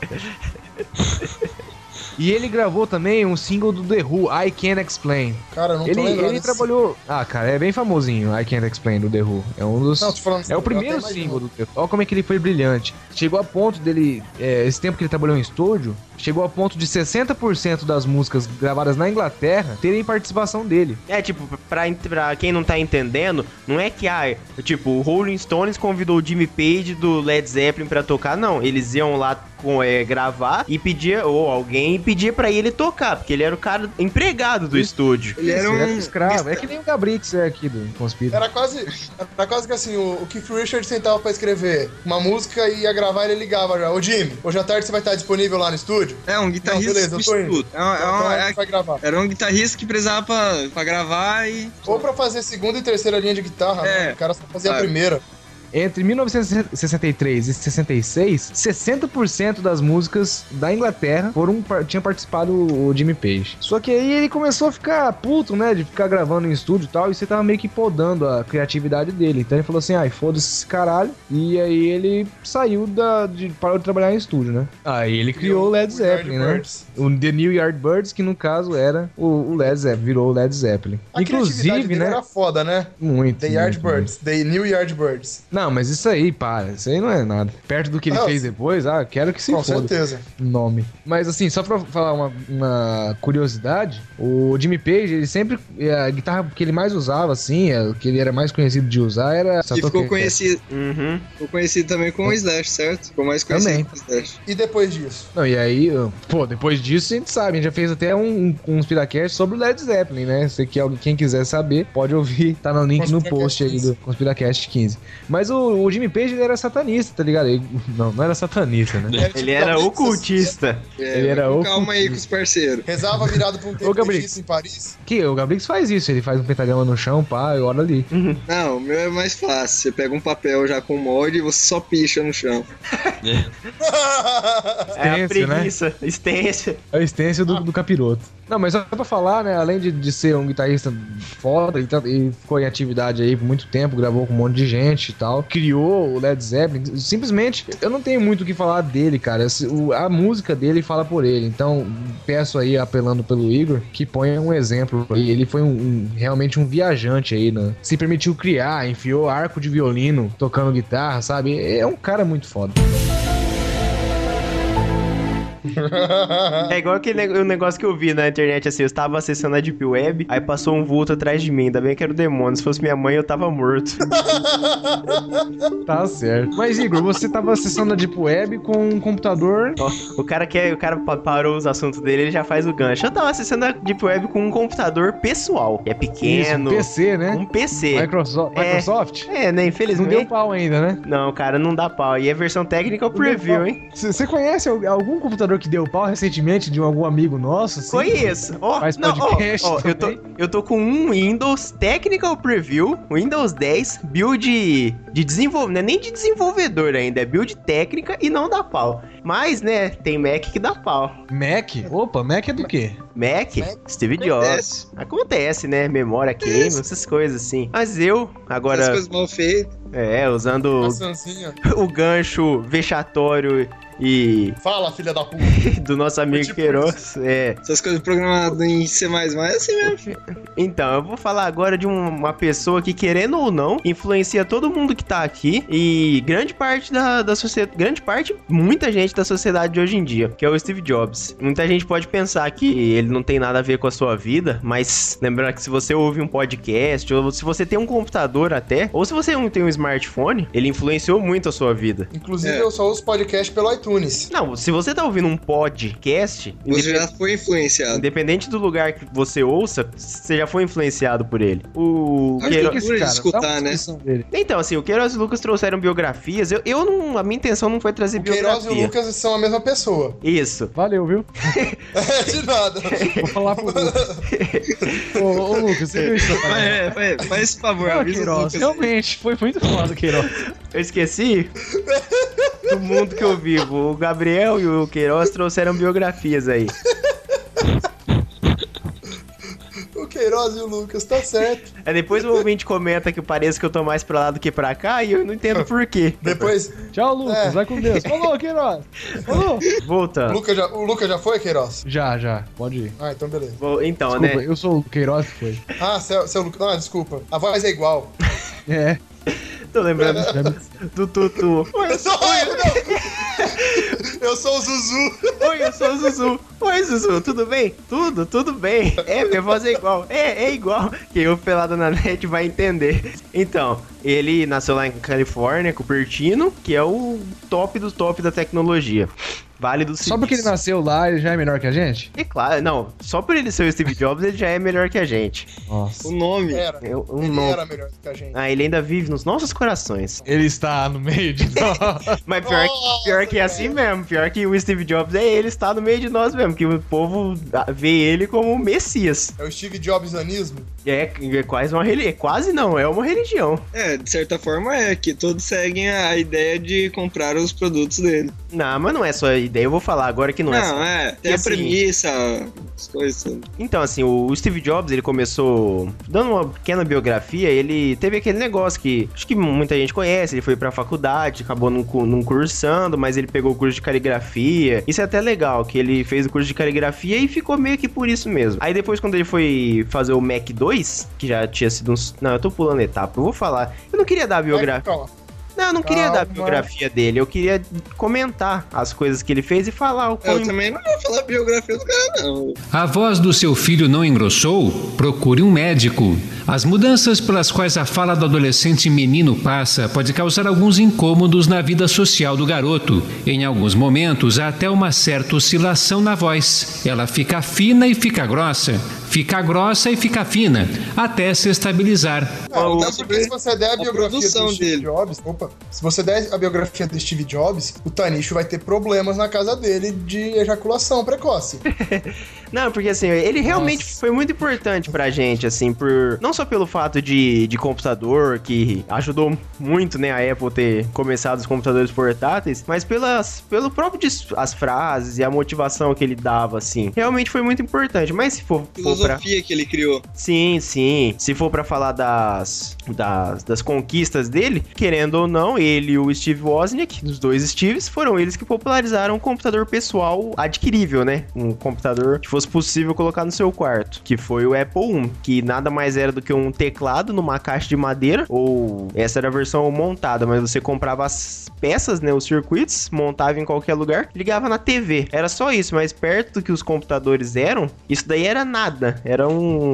E ele gravou também um single do The Who, I Can't Explain. Cara, eu não tô lembrando. Ele trabalhou... cara, é bem famosinho, I Can't Explain, do The Who. É um dos... Não, tô falando é o primeiro single do The Who. Olha como é que ele foi brilhante. Chegou a ponto dele... esse tempo que ele trabalhou em estúdio, chegou a ponto de 60% das músicas gravadas na Inglaterra terem participação dele. Pra quem não tá entendendo, não é que, o Rolling Stones convidou o Jimmy Page do Led Zeppelin pra tocar, não. Eles iam lá gravar e pedia, ou alguém pedia pra ele tocar, porque ele era o cara empregado do estúdio. Ele era um escravo. É que nem o Gabrix aqui do Conspira. Era quase que assim, o Keith Richards tentava pra escrever uma música e ia gravar e ele ligava já. Ô Jimmy, hoje à tarde você vai estar disponível lá no estúdio? É, um guitarrista. Beleza, eu tô indo. Vai gravar. Era um guitarrista que precisava pra gravar e... Ou pra fazer segunda e terceira linha de guitarra, né? O cara só fazia a primeira. Entre 1963 e 66, 60% das músicas da Inglaterra tinha participado o Jimmy Page. Só que aí ele começou a ficar puto, né? De ficar gravando em estúdio e tal, e você tava meio que podando a criatividade dele. Então ele falou assim, foda-se esse caralho. E aí ele saiu parou de trabalhar em estúdio, né? Aí ele criou o Led Zeppelin, né? O The New Yardbirds, que no caso era o Led Zeppelin, virou o Led Zeppelin. A criatividade dele era foda, né? Muito. The Yardbirds, The New Yardbirds. Não, mas isso aí, para. Isso aí não é nada. Perto do que ele fez depois, quero que se Com foda. certeza. Nome. Mas assim, só pra falar uma curiosidade, o Jimmy Page, ele sempre... A guitarra que ele mais usava, assim, que ele era mais conhecido de usar, era... E ficou conhecido. Uhum. Ficou conhecido também com o Slash, certo? Ficou mais conhecido Também. com o Slash. E depois disso? Não, e aí, depois disso a gente sabe, a gente já fez até um Conspiracast sobre o Led Zeppelin, né? Se quem quiser saber, pode ouvir, tá no link no post aí do Conspiracast 15. Mas o Jimmy Page, ele era satanista, tá ligado? Não era satanista, né? Ele era ocultista. Ele era Calma aí com os parceiros. Rezava virado pra um TPX em Paris. O Gabrix faz isso, ele faz um pentagrama no chão, pá, e ora ali. Não, o meu é mais fácil. Você pega um papel já com molde e você só picha no chão. É a Stencil, né? preguiça. Stencil. É o stencil do capiroto. Não, mas só pra falar, né, além de ser um guitarrista foda, ele ficou em atividade aí por muito tempo, gravou com um monte de gente e tal, criou o Led Zeppelin, simplesmente, eu não tenho muito o que falar dele, cara, a música dele fala por ele, então peço aí, apelando pelo Igor, que ponha um exemplo aí, ele foi realmente um viajante aí, né, se permitiu criar, enfiou arco de violino, tocando guitarra, sabe, é um cara muito foda. É igual aquele negócio que eu vi na internet, assim, eu estava acessando a Deep Web, aí passou um vulto atrás de mim, ainda bem que era o demônio, se fosse minha mãe eu tava morto. Tá certo. Mas Igor, você tava acessando a Deep Web com um computador... Ó, o cara parou os assuntos dele, ele já faz o gancho. Eu tava acessando a Deep Web com um computador pessoal, que é pequeno. Isso, um PC, né? Um PC. Microsoft? É, né, infelizmente. Não deu pau ainda, né? Não, cara, não dá pau. E é versão técnica ou preview, hein? Você conhece algum computador que deu pau recentemente de algum amigo nosso? Assim, conheço. Faz podcast eu tô com um Windows Technical Preview, Windows 10, build de desenvolvedor, não é nem de desenvolvedor ainda, é build técnica e não dá pau. Mas, né, tem Mac que dá pau. Mac? Opa, Mac é do quê? Mac? Steve Jobs. Acontece, né? Memória queima, essas coisas assim. Mas eu, agora... Essas coisas mal feitas. Usando o gancho vexatório e... Fala, filha da puta. do nosso amigo Queiroz. Essas coisas programadas em C++ é assim mesmo. Então, eu vou falar agora de uma pessoa que, querendo ou não, influencia todo mundo que tá aqui e grande parte da sociedade, muita gente da sociedade de hoje em dia, que é o Steve Jobs. Muita gente pode pensar que ele não tem nada a ver com a sua vida, mas lembrando que se você ouve um podcast, ou se você tem um computador até, ou se você não tem um smartphone, ele influenciou muito a sua vida. Inclusive, eu só uso podcast pelo iTunes. Não, se você tá ouvindo um podcast... Você já foi influenciado. Independente do lugar que você ouça, você já foi influenciado por ele. O Queiroz... de escutar, né? Então, assim, o Queiroz e o Lucas trouxeram biografias. A minha intenção não foi trazer biografia. O Queiroz e o Lucas são a mesma pessoa. Isso. Valeu, viu? De nada. Vou falar pro Lucas. Ô, Lucas, você viu isso? Faz esse favor, avisa Queiroz, Lucas. realmente, foi muito foda, Queiroz. Eu esqueci do mundo que eu vivo. O Gabriel e o Queiroz trouxeram biografias aí. O Queiroz e o Lucas, tá certo. Aí depois o ouvinte comenta que parece que eu tô mais pra lá do que pra cá e eu não entendo por quê. Depois... Tchau, Lucas. Vai com Deus. Falou, Queiroz. Falou. Voltando. O Lucas já foi, Queiroz? Já. Pode ir. Ah, então beleza. Então, Desculpa, né? eu sou o Queiroz que foi. Ah, seu Lucas... Ah, desculpa. A voz é igual. É. Tô lembrando do Tutu. Eu sou o Zuzu. Oi, eu sou o Zuzu. Oi, Zuzu, tudo bem? Tudo bem. Minha voz é igual. É igual. Quem ouve Pelada na Net vai entender. Então, ele nasceu lá em Califórnia, Cupertino, que é o top do top da tecnologia. Vale do Só porque ele nasceu lá, ele já é melhor que a gente? É claro, não. Só por ele ser o Steve Jobs, ele já é melhor que a gente. Nossa. O nome. Era. Ele Ele era melhor que a gente. ele ainda vive nos nossos corações. Ele está no meio de nós. Mas pior que é assim mesmo. Pior que o Steve Jobs ele está no meio de nós mesmo. Que o povo vê ele como o Messias. É o Steve Jobsanismo? É quase uma religião. Quase não, é uma religião. De certa forma que todos seguem a ideia de comprar os produtos dele. Não, mas não é só a ideia. Eu vou falar agora que não é só. Tem assim, a premissa, as coisas. Então, assim, o Steve Jobs, ele começou... Dando uma pequena biografia, ele teve aquele negócio que... Acho que muita gente conhece. Ele foi pra faculdade, acabou não cursando, mas ele pegou o curso de caligrafia. Isso é até legal, que ele fez o curso de caligrafia e ficou meio que por isso mesmo. Aí depois, quando ele foi fazer o Mac 2, que já tinha sido uns... Não, eu tô pulando etapa. Eu vou falar. Eu não queria dar a biografia... Não, eu não queria dar a Calma. biografia dele, eu queria comentar as coisas que ele fez e falar o quão... Eu também não vou falar a biografia do cara, não. A voz do seu filho não engrossou? Procure um médico. As mudanças pelas quais a fala do adolescente menino passa pode causar alguns incômodos na vida social do garoto. Em alguns momentos, há até uma certa oscilação na voz. Ela fica fina e fica grossa. Fica grossa e fica fina, até se estabilizar. Até porque se você der a biografia do produção Steve dele. Jobs, se você der a biografia do Steve Jobs, o Tanicho vai ter problemas na casa dele de ejaculação precoce. Não, porque assim, ele realmente foi muito importante pra gente, assim, não só pelo fato de computador, que ajudou muito, né, a Apple ter começado os computadores portáteis, mas pelo próprio as frases e a motivação que ele dava, assim. Realmente foi muito importante, mas se for Filosofia que ele criou. Sim. Se for pra falar das conquistas dele, querendo ou não, ele e o Steve Wozniak, os dois Steves, foram eles que popularizaram um computador pessoal adquirível, né? Um computador que fosse possível colocar no seu quarto, que foi o Apple I, que nada mais era do que um teclado numa caixa de madeira, ou essa era a versão montada, mas você comprava as peças, né, os circuitos, montava em qualquer lugar, ligava na TV. Era só isso, mas perto do que os computadores eram, isso daí era nada. Era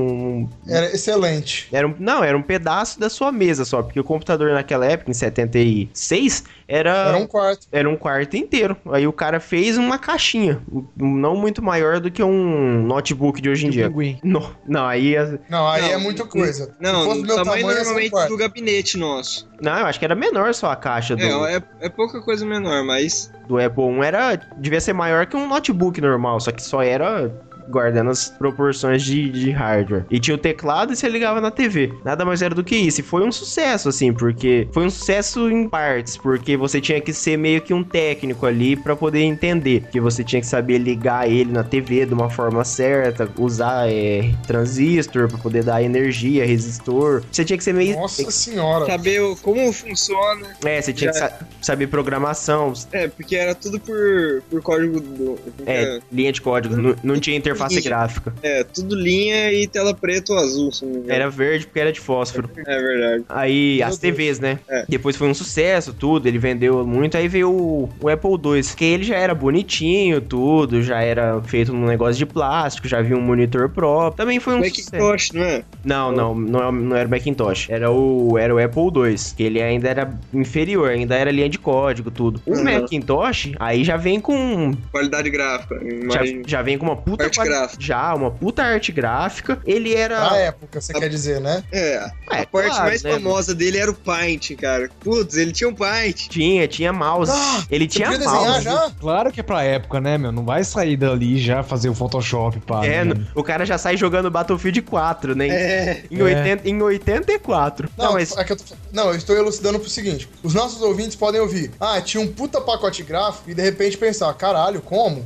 excelente. Era um pedaço da sua mesa só, porque o computador naquela época, em 76, era um quarto. Era um quarto inteiro. Aí o cara fez uma caixinha, não muito maior do que um notebook de hoje em dia. Não, aí é muita coisa. Não, o tamanho normalmente do gabinete nosso. Não, eu acho que era menor só a caixa do... É pouca coisa menor, mas... Do Apple I devia ser maior que um notebook normal, só que só era... guardando as proporções de hardware. E tinha o teclado e você ligava na TV. Nada mais era do que isso. E foi um sucesso, assim, porque... Foi um sucesso em partes, porque você tinha que ser meio que um técnico ali pra poder entender. Que você tinha que saber ligar ele na TV de uma forma certa, usar transistor pra poder dar energia, resistor. Você tinha que ser meio... Nossa senhora! Saber como funciona. Você tinha que saber programação. Porque era tudo por código do... linha de código. Não tinha interface gráfica. Tudo linha e tela preta ou azul, se não me engano. Era verde porque era de fósforo. É verdade. Aí, as TVs, né? Depois foi um sucesso, tudo, ele vendeu muito. Aí veio o Apple II, que ele já era bonitinho, tudo, já era feito num negócio de plástico, já havia um monitor próprio. Também foi um Macintosh, sucesso. não é? Não era o Macintosh. Era o Apple II, que ele ainda era inferior, ainda era linha de código, tudo. O Macintosh, aí já vem com... qualidade gráfica. Já vem com uma puta uma puta arte gráfica. Ele era... Na época, você quer dizer, né? A parte mais famosa dele era o Paint, cara. Putz, ele tinha um Paint. Tinha mouse. Ele tinha mouse. Já? Claro que é pra época, né, meu? Não vai sair dali já fazer o Photoshop, pá. O cara já sai jogando Battlefield 4, né? Em 84. Eu estou elucidando pro seguinte. Os nossos ouvintes podem ouvir. Tinha um puta pacote gráfico e de repente pensar, caralho, como?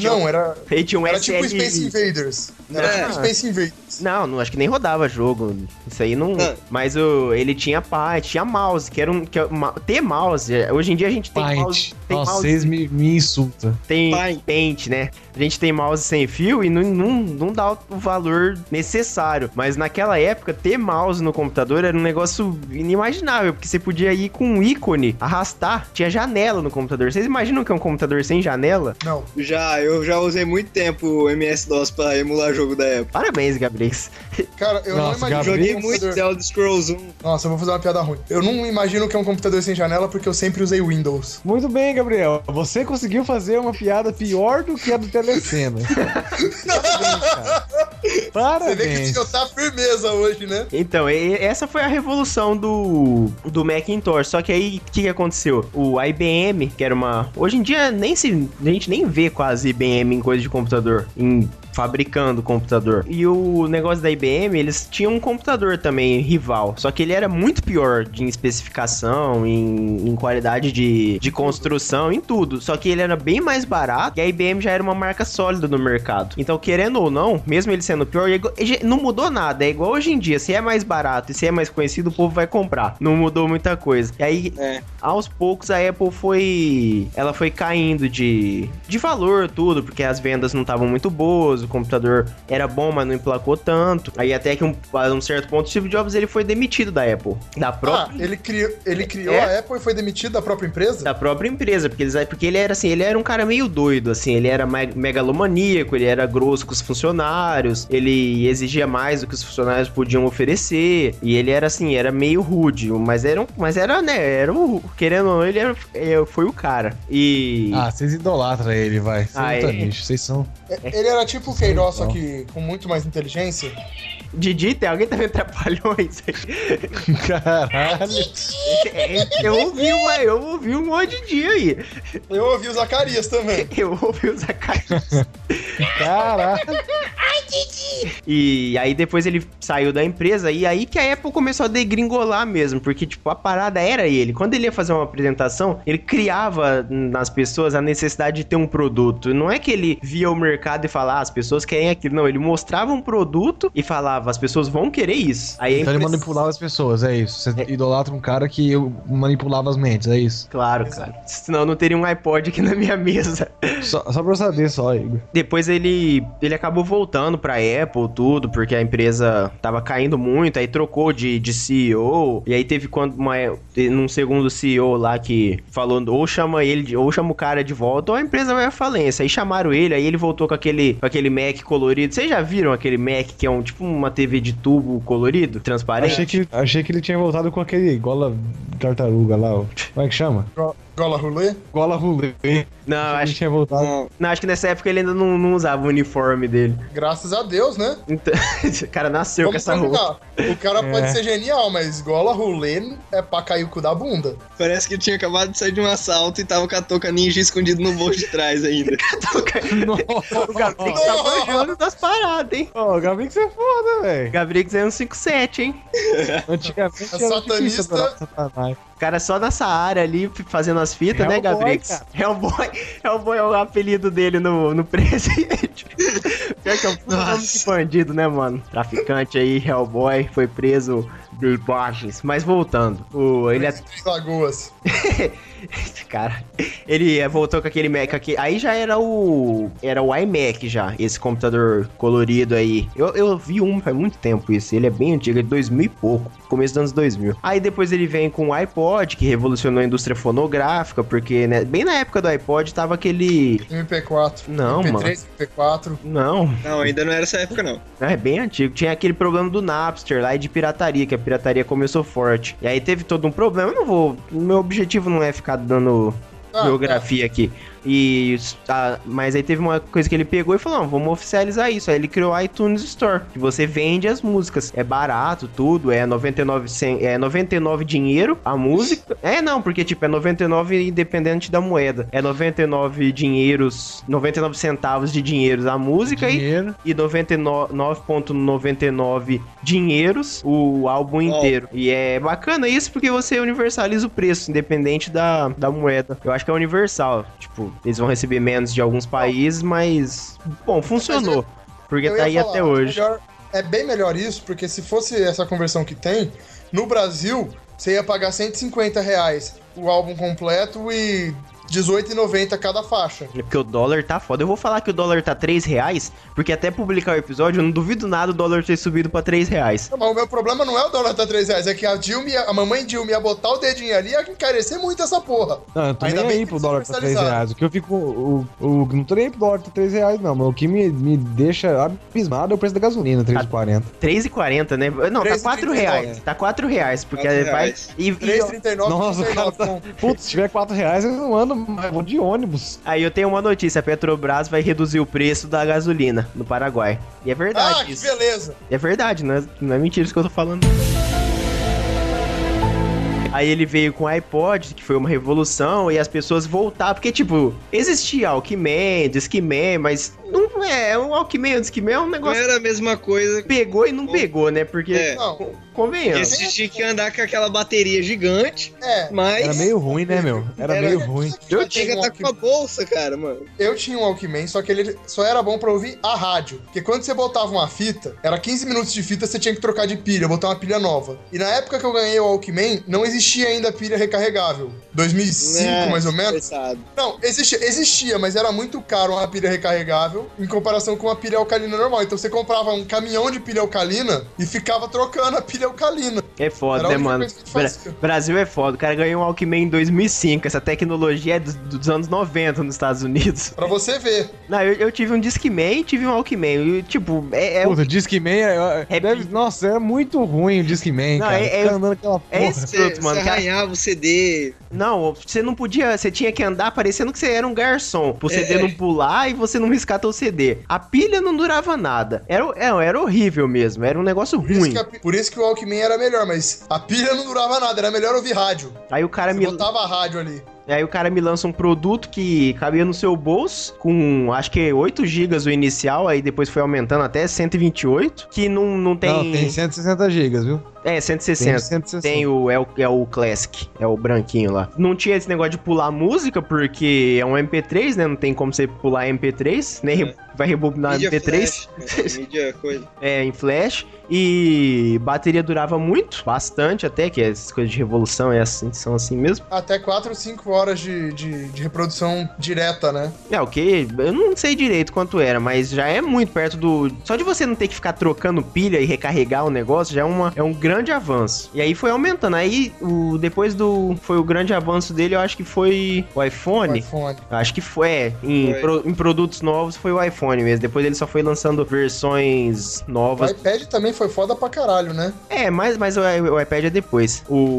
Era tipo Space Invaders. Era tipo Space Invaders. Não, acho que nem rodava jogo. Isso aí não... Mas ele tinha Paint, tinha mouse, ter mouse. Hoje em dia a gente tem Paint. mouse... Vocês me insultam. Tem Paint, né? A gente tem mouse sem fio e não dá o valor necessário. Mas naquela época, ter mouse no computador era um negócio inimaginável, porque você podia ir com um ícone, arrastar, tinha janela no computador. Vocês imaginam que é um computador sem janela? Não. Eu já usei muito tempo o MS-DOS pra emular jogo da época. Parabéns, Gabriel. Cara, eu não imagino... Joguei muito Elder Scrolls 1. Nossa, eu vou fazer uma piada ruim. Eu não imagino que é um computador sem janela porque eu sempre usei Windows. Muito bem, Gabriel. Você conseguiu fazer uma piada pior do que a do Telecena. Parabéns. Você vê que eu tá firmeza hoje, né? Então, essa foi a revolução do Macintosh. Só que aí, o que aconteceu? O IBM, que era uma... Hoje em dia, a gente nem vê quase IBM em coisa de computador. Fabricando computador. E o negócio da IBM, eles tinham um computador também rival, só que ele era muito pior em especificação, em qualidade de construção, em tudo. Só que ele era bem mais barato e a IBM já era uma marca sólida no mercado. Então, querendo ou não, mesmo ele sendo pior, Store. Não mudou nada, é igual hoje em dia. Se é mais barato e se é mais conhecido, o povo vai comprar. Não mudou muita coisa. E aí, aos poucos, a Apple foi caindo de valor, tudo, porque as vendas não estavam muito boas, o computador era bom, mas não emplacou tanto. Aí até que a um certo ponto, o Steve Jobs ele foi demitido da Apple. Da própria... ele criou a Apple e foi demitido da própria empresa? Da própria empresa, porque ele era assim, ele era um cara meio doido, assim, ele era megalomaníaco, ele era grosso com os funcionários, ele exigia mais do que os funcionários podiam oferecer, e ele era assim, era meio rude, mas era, né, querendo ou não, ele foi o cara. E... vocês idolatram ele, vai. Vocês são... Ele era tipo o Queiroz, só que com muito mais inteligência. Didi, tem alguém também atrapalhou isso aí. Caralho. Eu ouvi um monte de dia aí. Eu ouvi o Zacarias também. Eu ouvi o Zacarias. Caralho. Ai, Didi. E aí depois ele saiu da empresa e aí que a Apple começou a degringolar mesmo, porque tipo, a parada era ele. Quando ele ia fazer uma apresentação, ele criava nas pessoas a necessidade de ter um produto. Não é que ele via o mercado e falava, as pessoas querem aquilo. Não, ele mostrava um produto e falava, as pessoas vão querer isso. Aí então ele manipulava as pessoas, é isso. Você idolatra um cara que manipulava as mentes, é isso. Claro, cara. Senão eu não teria um iPod aqui na minha mesa. Só pra eu saber só, Igor. Depois ele acabou voltando pra Apple, tudo, porque a empresa tava caindo muito, aí trocou de CEO, e aí teve num segundo CEO lá que falou, ou chama o cara de volta, ou a empresa vai à falência. Aí chamaram ele, aí ele voltou com aquele Mac colorido. Vocês já viram aquele Mac que é tipo uma TV de tubo colorido, transparente? Achei que ele tinha voltado com aquele gola tartaruga lá, ó. Como é que chama? Gola rolê? Gola rolê. Não, acho que tinha voltado. Não, acho que nessa época ele ainda não usava o uniforme dele. Graças a Deus, né? Então, o cara nasceu com essa roupa. O cara pode ser genial, mas gola rolê é pra cair o cu da bunda. Parece que ele tinha acabado de sair de um assalto e tava com a touca ninja escondido no bolso de trás ainda. O Gabrix tá manjando das paradas, hein? Ô, o Gabrix é foda, velho. Gabrix é um 5'7", hein? Antigamente era satanista. O cara só nessa área ali, fazendo as fitas, né, Gabrix? Hellboy é o apelido dele no presente. Pior que é um nome de bandido, né, mano? Traficante aí, Hellboy, foi preso de imagens. Mas voltando, ele é... Lagoas. Cara, ele voltou com aquele Mac aqui. Aí já era o iMac já, esse computador colorido aí. Eu vi faz muito tempo isso. Ele é bem antigo, é de 2000 e pouco, começo dos anos 2000. Aí depois ele vem com o iPod, que revolucionou a indústria fonográfica, porque, né, bem na época do iPod tava aquele... MP4. Não, MP3, mano. MP4. Não, ainda não era essa época, não. É bem antigo. Tinha aquele programa do Napster lá e de pirataria, que a pirataria começou forte. E aí teve todo um problema. Meu objetivo não é ficar dando geografia aqui. Mas aí teve uma coisa que ele pegou e falou, não, vamos oficializar isso. Aí ele criou a iTunes Store, que você vende as músicas. É barato, tudo, é 99 dinheiro a música. Porque tipo, é 99 independente da moeda. É 99 centavos de dinheiros a música e 99,99 dinheiros o álbum inteiro. E é bacana isso porque você universaliza o preço, independente da moeda. Eu acho que é universal, tipo, eles vão receber menos de alguns países, mas, bom, funcionou. Porque tá aí até hoje. É bem melhor isso, porque se fosse essa conversão que tem, no Brasil, você ia pagar R$150 o álbum completo e R$18,90 cada faixa. Porque o dólar tá foda. Eu vou falar que o dólar tá R$3, porque até publicar o episódio, eu não duvido nada o dólar ter subido pra R$3. Não, mas o meu problema não é o dólar tá R$3, é que a mamãe Dilma ia botar o dedinho ali e ia encarecer muito essa porra. Não, eu tô nem aí pro dólar tá R$3. O que eu fico... não tô nem aí pro dólar tá R$3, não. Mas o que me deixa abismado é o preço da gasolina, R$3,40. R$3,40, né? Não, tá R$4. Tá R$4, porque vai... R$3,39. Nossa, o cara tá... Putz, se tiver R$4, eu não ando, mas vou de ônibus. Aí eu tenho uma notícia, a Petrobras vai reduzir o preço da gasolina no Paraguai. E é verdade isso. Que beleza. E é verdade, não é mentira isso que eu tô falando. Aí ele veio com o iPod, que foi uma revolução, e as pessoas voltaram, porque, tipo, existia Walkman, Discman, mas não é um Walkman, o Discman é um Não negócio era a mesma coisa. pegou e não pegou, né? Porque, É. Não, convenhamos. Você tinha que andar com aquela bateria gigante, mas... Era meio ruim, né, meu? Era meio ruim. Eu tinha que estar com a bolsa, cara, mano. eu tinha um Walkman, só que ele só era bom pra ouvir a rádio. Porque quando você botava uma fita, era 15 minutos de fita, você tinha que trocar de pilha, botar uma pilha nova. E na época que eu ganhei o Walkman, não existia ainda pilha recarregável. 2005, mais ou menos. Pesado. Não, existia, mas era muito caro uma pilha recarregável em comparação com uma pilha alcalina normal. Então você comprava um caminhão de pilha alcalina e ficava trocando a pilha alcalina. É foda, Era a né, única mano? coisa que fazia. Brasil é foda. O cara ganhou um Walkman em 2005. Essa tecnologia é dos anos 90 nos Estados Unidos. Pra você ver. Não, eu tive um Discman e tive um Walkman. E, tipo, Puta, o Discman nossa, era muito ruim o Discman, Não, cara. é- Ficar andando aquela porra. é esse- Você mano, cara. arranhava o CD. Não, você não podia. Você tinha que andar parecendo que você era um garçom. Pro CD não pular e você não riscar teu CD. A pilha não durava nada. Era horrível mesmo. Era um negócio ruim. Por isso que o Walkman era melhor, mas a pilha não durava nada, era melhor ouvir rádio. Aí o cara Você me. botava a rádio ali. Aí o cara me lança um produto que cabia no seu bolso, com acho que 8 GB o inicial, aí depois foi aumentando até 128, que não tem... Não, tem 160 GB, viu? É, 160. Tem 160. Tem o Classic, é o branquinho lá. Não tinha esse negócio de pular música, porque é um MP3, né? Não tem como você pular MP3, nem vai rebobinar Mídia MP3. flash, mídia coisa. É, em flash. E bateria durava muito, bastante até, que essas coisas de revolução são assim mesmo. Até 4 ou 5 horas de reprodução direta, né? É, o que? Eu não sei direito quanto era, mas já é muito perto do... Só de você não ter que ficar trocando pilha e recarregar o negócio, já é um grande avanço. E aí foi aumentando. Aí, foi o grande avanço dele, eu acho que foi o iPhone. O iPhone. Acho que foi, em produtos novos foi o iPhone mesmo. Depois ele só foi lançando versões O novas. iPad também foi foda pra caralho, né? É, mas o iPad é depois.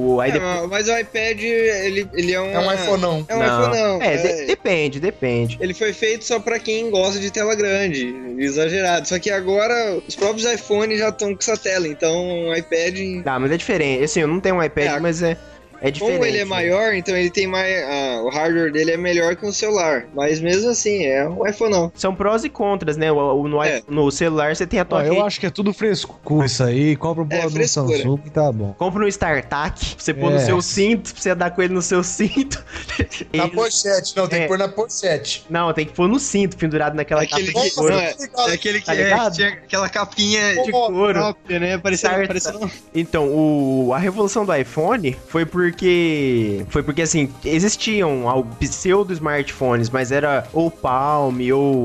Mas o iPad, ele é um... É um iPhoneão. É um iPhoneão. Depende. Ele foi feito só pra quem gosta de tela grande, exagerado. Só que agora os próprios iPhones já estão com essa tela, então o iPad... Tá, mas é diferente. Assim, eu não tenho um iPad, mas é diferente. Como ele é maior, então ele tem mais... o hardware dele é melhor que um celular. Mas mesmo assim, é um iPhone não. São prós e contras, né? No celular você tem a tua Eu acho que é tudo frescura isso aí. Compra um pouco do frescura. Samsung e tá bom. Compra um StarTAC, pra você pôr no seu cinto, pra você andar com ele no seu cinto. Na pochete, não, tem É. que pôr na pochete. Não, tem que pôr no cinto, pendurado naquela Aquele capa de que, couro. não, é aquele que Tá ligado? tinha aquela capinha De couro. própria, né? Parecendo... Então, a revolução do iPhone foi porque assim, existiam pseudo-smartphones, mas era ou Palm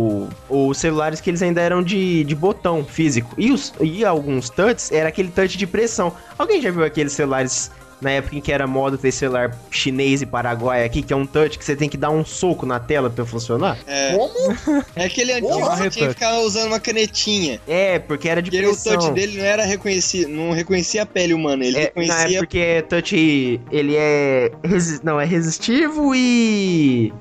ou celulares que eles ainda eram de botão físico. E alguns touchs, era aquele touch de pressão. Alguém já viu aqueles celulares na época em que era moda ter celular chinês e paraguai aqui, que é um touch que você tem que dar um soco na tela pra funcionar? Como? É aquele antigo que você tinha que ficar usando uma canetinha. É, porque era de Porque pressão. o touch dele não reconhecia a pele humana, ele Não, é reconhecia... porque touch, ele é resistivo e...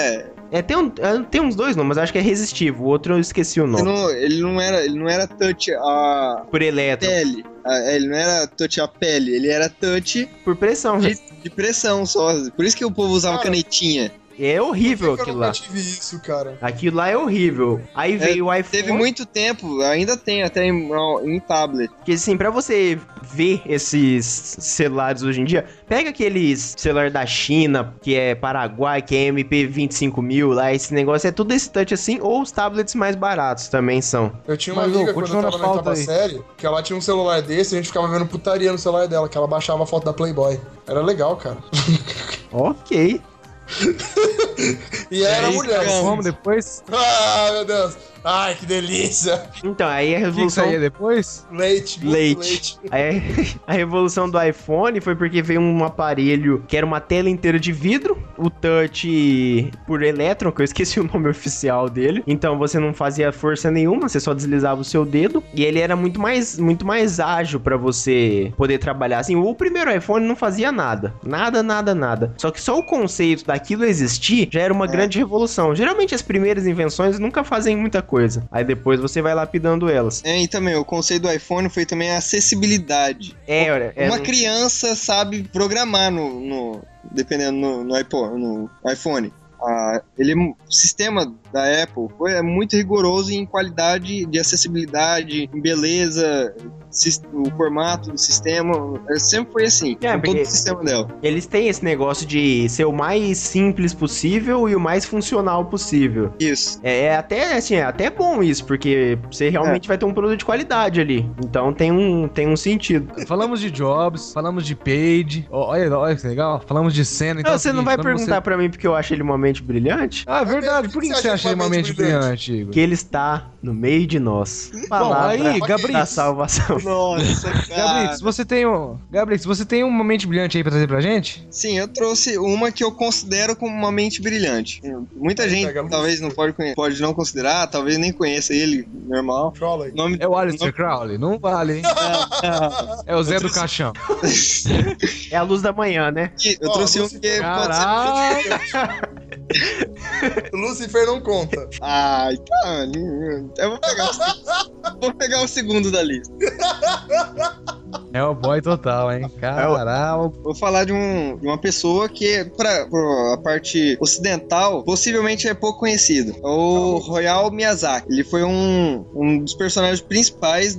tem uns dois nomes, mas acho que é resistivo. O outro eu esqueci o nome. Ele não era touch a Por elétron. pele. Ele não era touch a pele, ele era touch Por pressão. de pressão só. Por isso que o povo usava canetinha. É horrível Eu aquilo nunca lá. tive isso, cara. Aquilo lá é horrível. Aí veio o iPhone. Teve muito tempo, ainda tem, até em tablet. Porque assim, pra você ver esses celulares hoje em dia, pega aqueles celular da China, que é Paraguai, que é MP25000 lá, esse negócio é tudo esse touch assim, ou os tablets mais baratos também são. Eu tinha uma Mas, amiga quando eu continua tava na na pauta oitava aí. série, que ela tinha um celular desse e a gente ficava vendo putaria no celular dela, que ela baixava a foto da Playboy. Era legal, cara. Ok. E era mulher. Vamos depois? Ah, meu Deus. Ai, que delícia. Então, aí a O que revolução... saía depois? Leite, muito Leite. Aí, a revolução do iPhone foi porque veio um aparelho que era uma tela inteira de vidro, o touch por elétron, que eu esqueci o nome oficial dele. Então você não fazia força nenhuma, você só deslizava o seu dedo. E ele era muito mais ágil pra você poder trabalhar. Assim, o primeiro iPhone não fazia nada. Nada. Só que só o conceito daquilo existir já era uma grande revolução. Geralmente as primeiras invenções nunca fazem muita coisa. Aí depois você vai lapidando elas. E também, o conceito do iPhone foi também a acessibilidade. Uma criança sabe programar dependendo no iPhone. o sistema da Apple foi muito rigoroso em qualidade de acessibilidade, em beleza, o formato do sistema, sempre foi assim, com todo o sistema dela. Eles têm esse negócio de ser o mais simples possível e o mais funcional possível. Isso. É até bom isso, porque você realmente vai ter um produto de qualidade ali. Então tem um sentido. Falamos de Jobs, falamos de Page, olha que legal, falamos de Senna. Então Você não vai perguntar pra mim porque eu acho ele uma mente brilhante? Ah, verdade. Por que você acha ele uma mente brilhante, Igor? Que ele está no meio de nós. Palavra aí, Gabriel, da salvação. Nossa, cara. Gabriel, você tem uma mente brilhante aí pra trazer pra gente? Sim, eu trouxe uma que eu considero como uma mente brilhante. Muita gente talvez não pode não considerar, talvez nem conheça ele, normal. Nome É o Aleister Crowley? Não vale, hein? É o Zé do Caixão. É a luz da manhã, né? Eu trouxe um que Caraca! Lucifer não conta. Ai, tá. Eu vou pegar o segundo da lista. É o boy total, hein? Caralho. Vou falar de uma pessoa que, pra a parte ocidental, possivelmente é pouco conhecido. O Hayao Miyazaki. Ele foi um dos personagens principais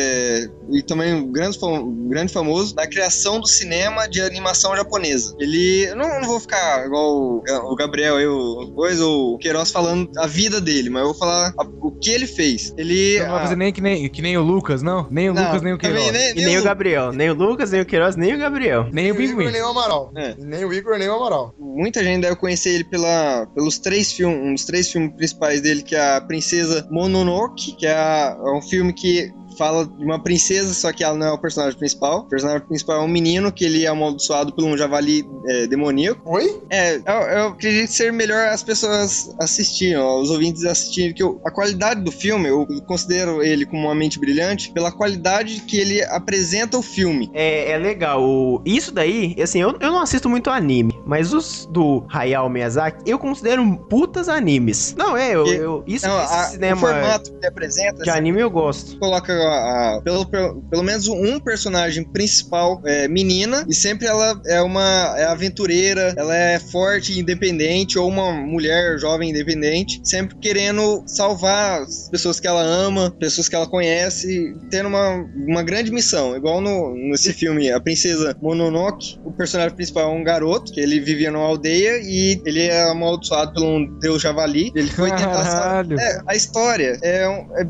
e também um grande famoso da criação do cinema de animação japonesa. Ele... Eu não vou ficar igual o Gabriel aí, ou o Queiroz falando a vida dele, mas eu vou falar o que ele fez. Ele... Não vai fazer nem que nem o Lucas, não? Nem o Lucas, nem o Queiroz. Nem o Gabriel. Nem o Lucas, nem o Queiroz, nem o Gabriel. Nem o Pinguim. Nem o Amaral. Nem o Igor, nem o Amaral. Muita gente deve conhecer ele pelos três filmes, um dos 3 filmes principais dele, que é a Princesa Mononoke, que é um filme que fala de uma princesa, só que ela não é o personagem principal. O personagem principal é um menino que ele é amaldiçoado por um javali demoníaco. Oi? Eu acredito ser melhor as pessoas assistirem, os ouvintes assistirem, porque a qualidade do filme, eu considero ele como uma mente brilhante pela qualidade que ele apresenta o filme. É legal. Isso daí, assim, eu não assisto muito anime, mas os do Hayao Miyazaki, eu considero putas animes. Não, esse cinema... O formato que ele apresenta... De anime eu gosto. Coloca pelo menos um personagem principal menina, e sempre ela é aventureira, ela é forte e independente, ou uma mulher jovem independente, sempre querendo salvar as pessoas que ela ama, pessoas que ela conhece, tendo uma grande missão, igual nesse filme A Princesa Mononoke. O personagem principal é um garoto, que ele vivia numa aldeia e ele é amaldiçoado por um deus javali. Ele foi tentar salvar. A história é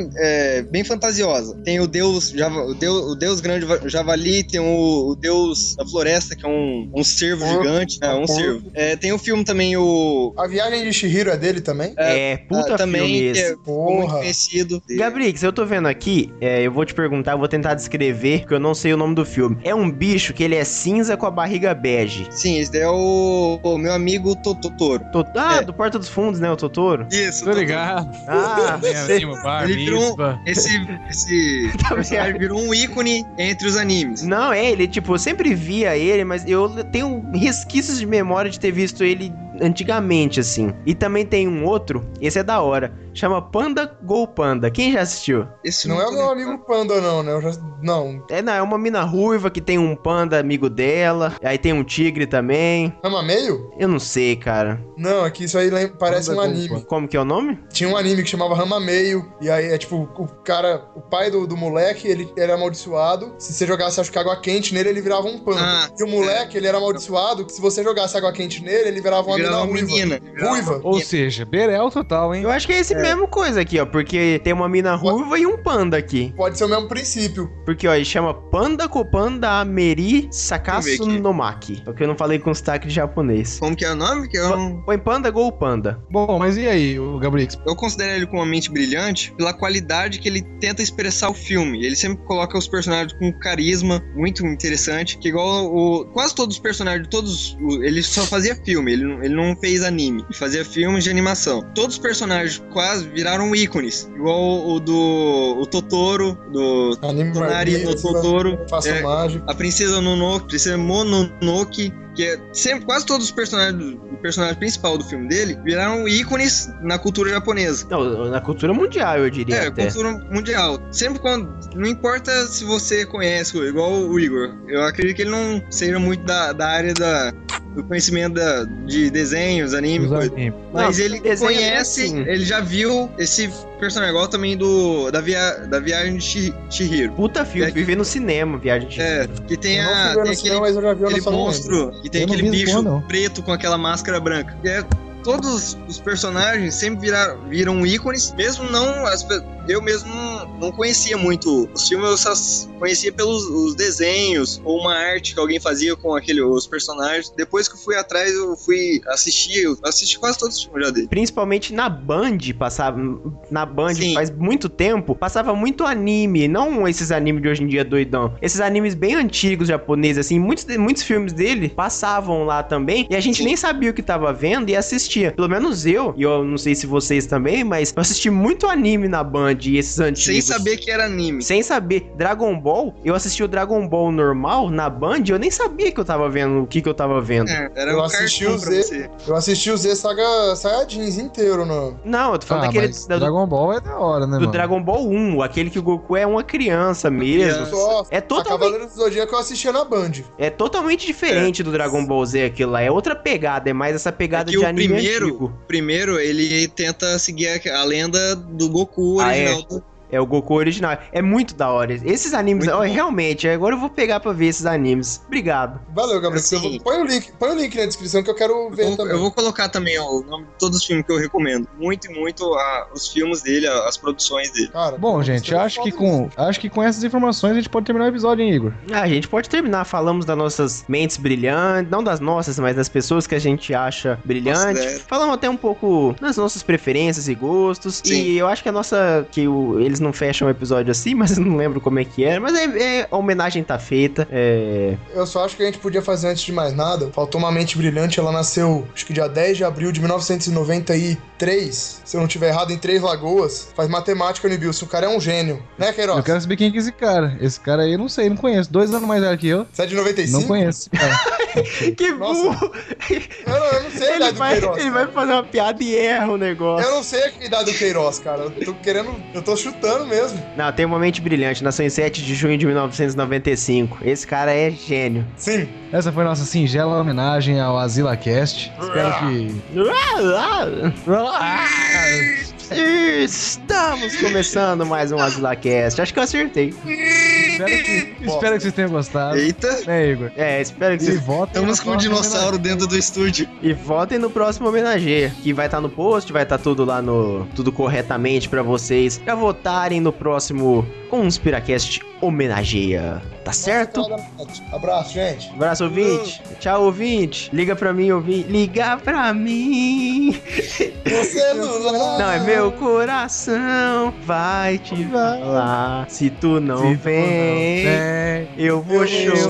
bem fantasiosa. Tem o deus grande javali, tem o deus da floresta, que é um cervo gigante. Cervo. Tem o filme também, A Viagem de Chihiro é dele também? Puta também, filme esse. É muito conhecido. Gabrix, eu tô vendo aqui, eu vou te perguntar, eu vou tentar descrever, porque eu não sei o nome do filme. É um bicho que ele é cinza com a barriga bege. Sim, esse daí é o meu amigo Totoro. Do Porta dos Fundos, né, o Totoro? Isso. Tô ligado. Ele virou esse personagem virou um ícone entre os animes. Não, ele, tipo, eu sempre via ele, mas eu tenho resquícios de memória de ter visto ele antigamente, assim. E também tem um outro, esse é da hora, chama Panda Go Panda. Quem já assistiu? Esse não é o meu amigo Panda, não, né? Não. É uma mina ruiva que tem um panda amigo dela, aí tem um tigre também. Rama-meio? Eu não sei, cara. Não, é que isso aí parece um anime. Como que é o nome? Tinha um anime que chamava Rama-meio, e aí é tipo, o pai do moleque, ele era amaldiçoado. Se você jogasse, acho que água quente nele, ele virava um panda. E o moleque, ele era amaldiçoado, que se você jogasse água quente nele, ele virava uma menina ruiva. Ou seja, Berel total, hein? Eu acho que é esse mesmo coisa aqui, ó, porque tem uma mina ruiva e um panda aqui. Pode ser o mesmo princípio. Porque, ó, ele chama Panda Kopanda Ameri Sakasu no Maki. Porque eu não falei com sotaque de japonês. Como que é o nome? Põe Panda Go Panda. Bom, mas e aí, o Gabrix? Eu considero ele como uma mente brilhante pela qualidade que ele tenta expressar o filme. Ele sempre coloca os personagens com carisma muito interessante, que igual quase todos os personagens, ele só fazia filme, ele não fez anime, ele fazia filmes de animação. Todos os personagens quase viraram ícones, igual o Totoro, do Tonari no Totoro, a Princesa Mononoke, que é sempre, quase todos os personagens, o personagem principal do filme dele, viraram ícones na cultura japonesa. Não, na cultura mundial, eu diria. Cultura mundial. Sempre quando, não importa se você conhece, igual o Igor, eu acredito que ele não seja muito da área do conhecimento de desenhos, anime, Os coisa. animes. Mas Não, ele desenho é conhece, assim. ele já viu esse personagem, igual também da Viagem de Chihiro. Puta filme, viver no cinema, Viagem de É, que tem, Eu não fui ver no tem cinema, mas eu já vi o aquele lançamento. monstro, que tem Eu não aquele vi isso, bicho não. preto com aquela máscara branca. Todos os personagens sempre viram ícones, mesmo não... Eu mesmo não conhecia muito os filmes, eu só conhecia pelos os desenhos ou uma arte que alguém fazia com os personagens. Depois que eu fui atrás, eu fui assistir, eu assisti quase todos os filmes já dele. Principalmente na Band, passava. Na Band Sim. faz muito tempo, passava muito anime. Não esses animes de hoje em dia doidão. Esses animes bem antigos japoneses, assim. Muitos filmes dele passavam lá também. E a gente nem sabia o que tava vendo e assistia. Pelo menos eu, e eu não sei se vocês também, mas eu assisti muito anime na Band e esses antigos. Sem saber que era anime. Sem saber. Dragon Ball, eu assisti o Dragon Ball normal na Band e eu nem sabia que eu tava vendo, o que eu tava vendo. Era Eu um assisti cartoon o pra Z. você. Eu assisti o Z Saiyajins inteiro, no... Não, eu tô falando daquele... Mas Dragon Ball é da hora, né, do mano? Dragon Ball 1, aquele que o Goku é uma criança mesmo. Só É a totalmente, Cavaleiro do Zodíaco eu assistia na Band. é totalmente diferente do Dragon Ball Z aquilo lá. É outra pegada, é mais essa pegada Que de o anime antigo. primeiro, ele tenta seguir a lenda do Goku original. É o Goku original. É muito da hora. Esses animes, Muito ó, bom. realmente, agora eu vou pegar pra ver esses animes. Obrigado. Valeu, Gabriel. Assim, Põe o link na descrição que eu quero ver também. Eu vou colocar também ó, o nome de todos os filmes que eu recomendo. Muito os filmes dele, as produções dele. Cara, Bom, gente, isso é acho que foda com essas informações a gente pode terminar o episódio, hein, Igor? A gente pode terminar. Falamos das nossas mentes brilhantes. Não das nossas, mas das pessoas que a gente acha brilhante. Considero. Falamos até um pouco das nossas preferências e gostos. Sim. E eu acho que a nossa... eles não fecham o episódio assim, mas eu não lembro como é que era. Mas a homenagem tá feita. Eu só acho que a gente podia fazer antes de mais nada. Faltou uma mente brilhante. Ela nasceu, acho que dia 10 de abril de 1993. Se eu não tiver errado, em Três Lagoas. Faz matemática no Ibilson. O cara é um gênio. Né, Queiroz? Eu quero saber quem que é esse cara. Esse cara aí eu não sei, não conheço. 2 anos mais velho que eu. Você é de 95? Não conheço esse cara. Que Nossa. burro! Eu não sei a idade do Queiroz. Ele vai fazer uma piada e erra o negócio. Eu não sei a idade do Queiroz, cara. Eu tô chutando mesmo. Não, tem uma mente brilhante. Nasceu em 7 de junho de 1995. Esse cara é gênio. Sim. Essa foi nossa singela homenagem ao AsilaCast. Espero que... Estamos começando mais um AsilaCast. Acho que eu acertei. Espero que vocês tenham gostado. Eita, Né, Igor? Espero que E vocês... votem estamos na com um próxima dinossauro dentro do estúdio. E votem no próximo homenageia, que vai estar no post, vai estar tudo lá tudo corretamente pra vocês, pra votarem no próximo Conspiracast homenageia. Tá certo? Abraço, gente. Abraço, ouvinte. Tchau, ouvinte. Liga pra mim, ouvinte. Liga pra mim. O celular. Não, é meu coração. Vai te falar. Se tu não vem, eu vou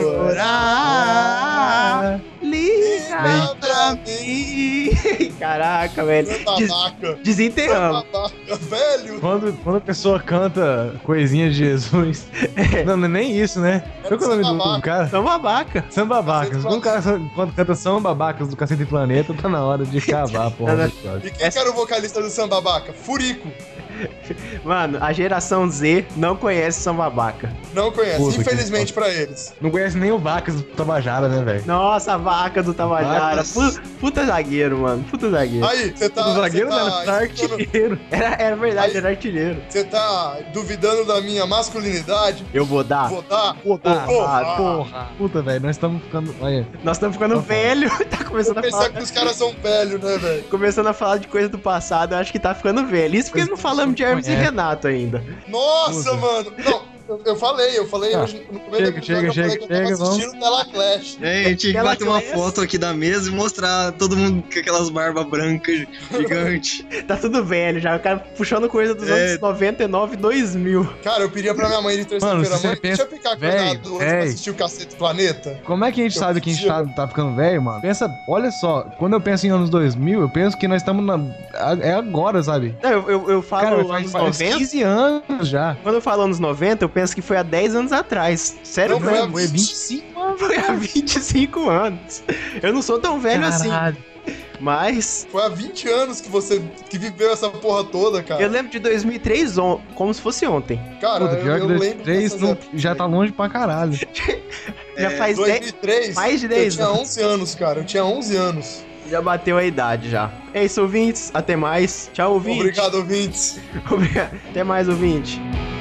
chorar. Liga pra mim. Caraca, velho. Babaca. Desenterramos. Babaca, velho. Quando a pessoa canta coisinha de Jesus. Não, não é nem isso, né? Qual que é o nome do cara? São babaca. Sambabacas. Quando canta Sambabacas do Cacete Planeta, tá na hora de cavar, porra. do episódio. E quem que era o vocalista do Sambabaca? Furico. Mano, a geração Z não conhece São Babaca. Não conhece, Puta que infelizmente pra eles. Não conhece nem o Vacas do Tabajara, né, velho? Nossa, a vaca do Tabajara. Vacas. Puta zagueiro, mano. Puta zagueiro. Aí, você tá. O zagueiro você não, tá era escutando- artilheiro. Era verdade, Aí- era artilheiro. Você tá duvidando da minha masculinidade? Eu vou dar. Vou dar. Porra. Puta, velho, nós estamos ficando... Olha, Nós estamos ficando velho. Tá começando a Pensar falar. que os caras são velhos, né, velho? Começando a falar de coisa do passado, eu acho que tá ficando velho. Isso porque não falamos de Hermes e Renato ainda. Nossa, Puta. mano. Não, eu falei Tá. hoje no começo do Chega, episódio, eu falei chega, que eu tava chega, vamos. assistindo Tela Clash. A gente tinha que Ela bater uma conhece. foto aqui da mesa e mostrar todo mundo com aquelas barbas brancas gigantes. Tá tudo velho já. O cara puxando coisa dos É. anos 99, 2000. Cara, eu pedia pra minha mãe de terça-feira, Mano, se você mãe, deixa eu pensa- ficar Véi, acordado hoje pra véi. assistir o Cacete Planeta. como é que a gente sabe que a gente tá ficando velho, mano? Pensa, olha só, quando eu penso em anos 2000, eu penso que nós estamos é agora, sabe? Não, eu falo Cara, anos faz 90. 15 anos já. Quando eu falo anos 90, eu penso que foi há 10 anos atrás. Sério Não, foi há mesmo? Foi 25 anos. Foi há 25 anos. Eu não sou tão velho assim. Caralho. Mas Foi há 20 anos que você viveu essa porra toda, cara. eu lembro de 2003 como se fosse ontem. Cara, Puta, pior eu que lembro 2003 dessas não- épocas já aí. tá longe pra caralho. Já faz 2003, mais de 10 eu tinha anos. 11 anos, cara. Eu tinha 11 anos. Já bateu a idade já. É isso, ouvintes. Até mais. Tchau, ouvinte. Obrigado, ouvintes. Obrigado. Até mais, ouvinte.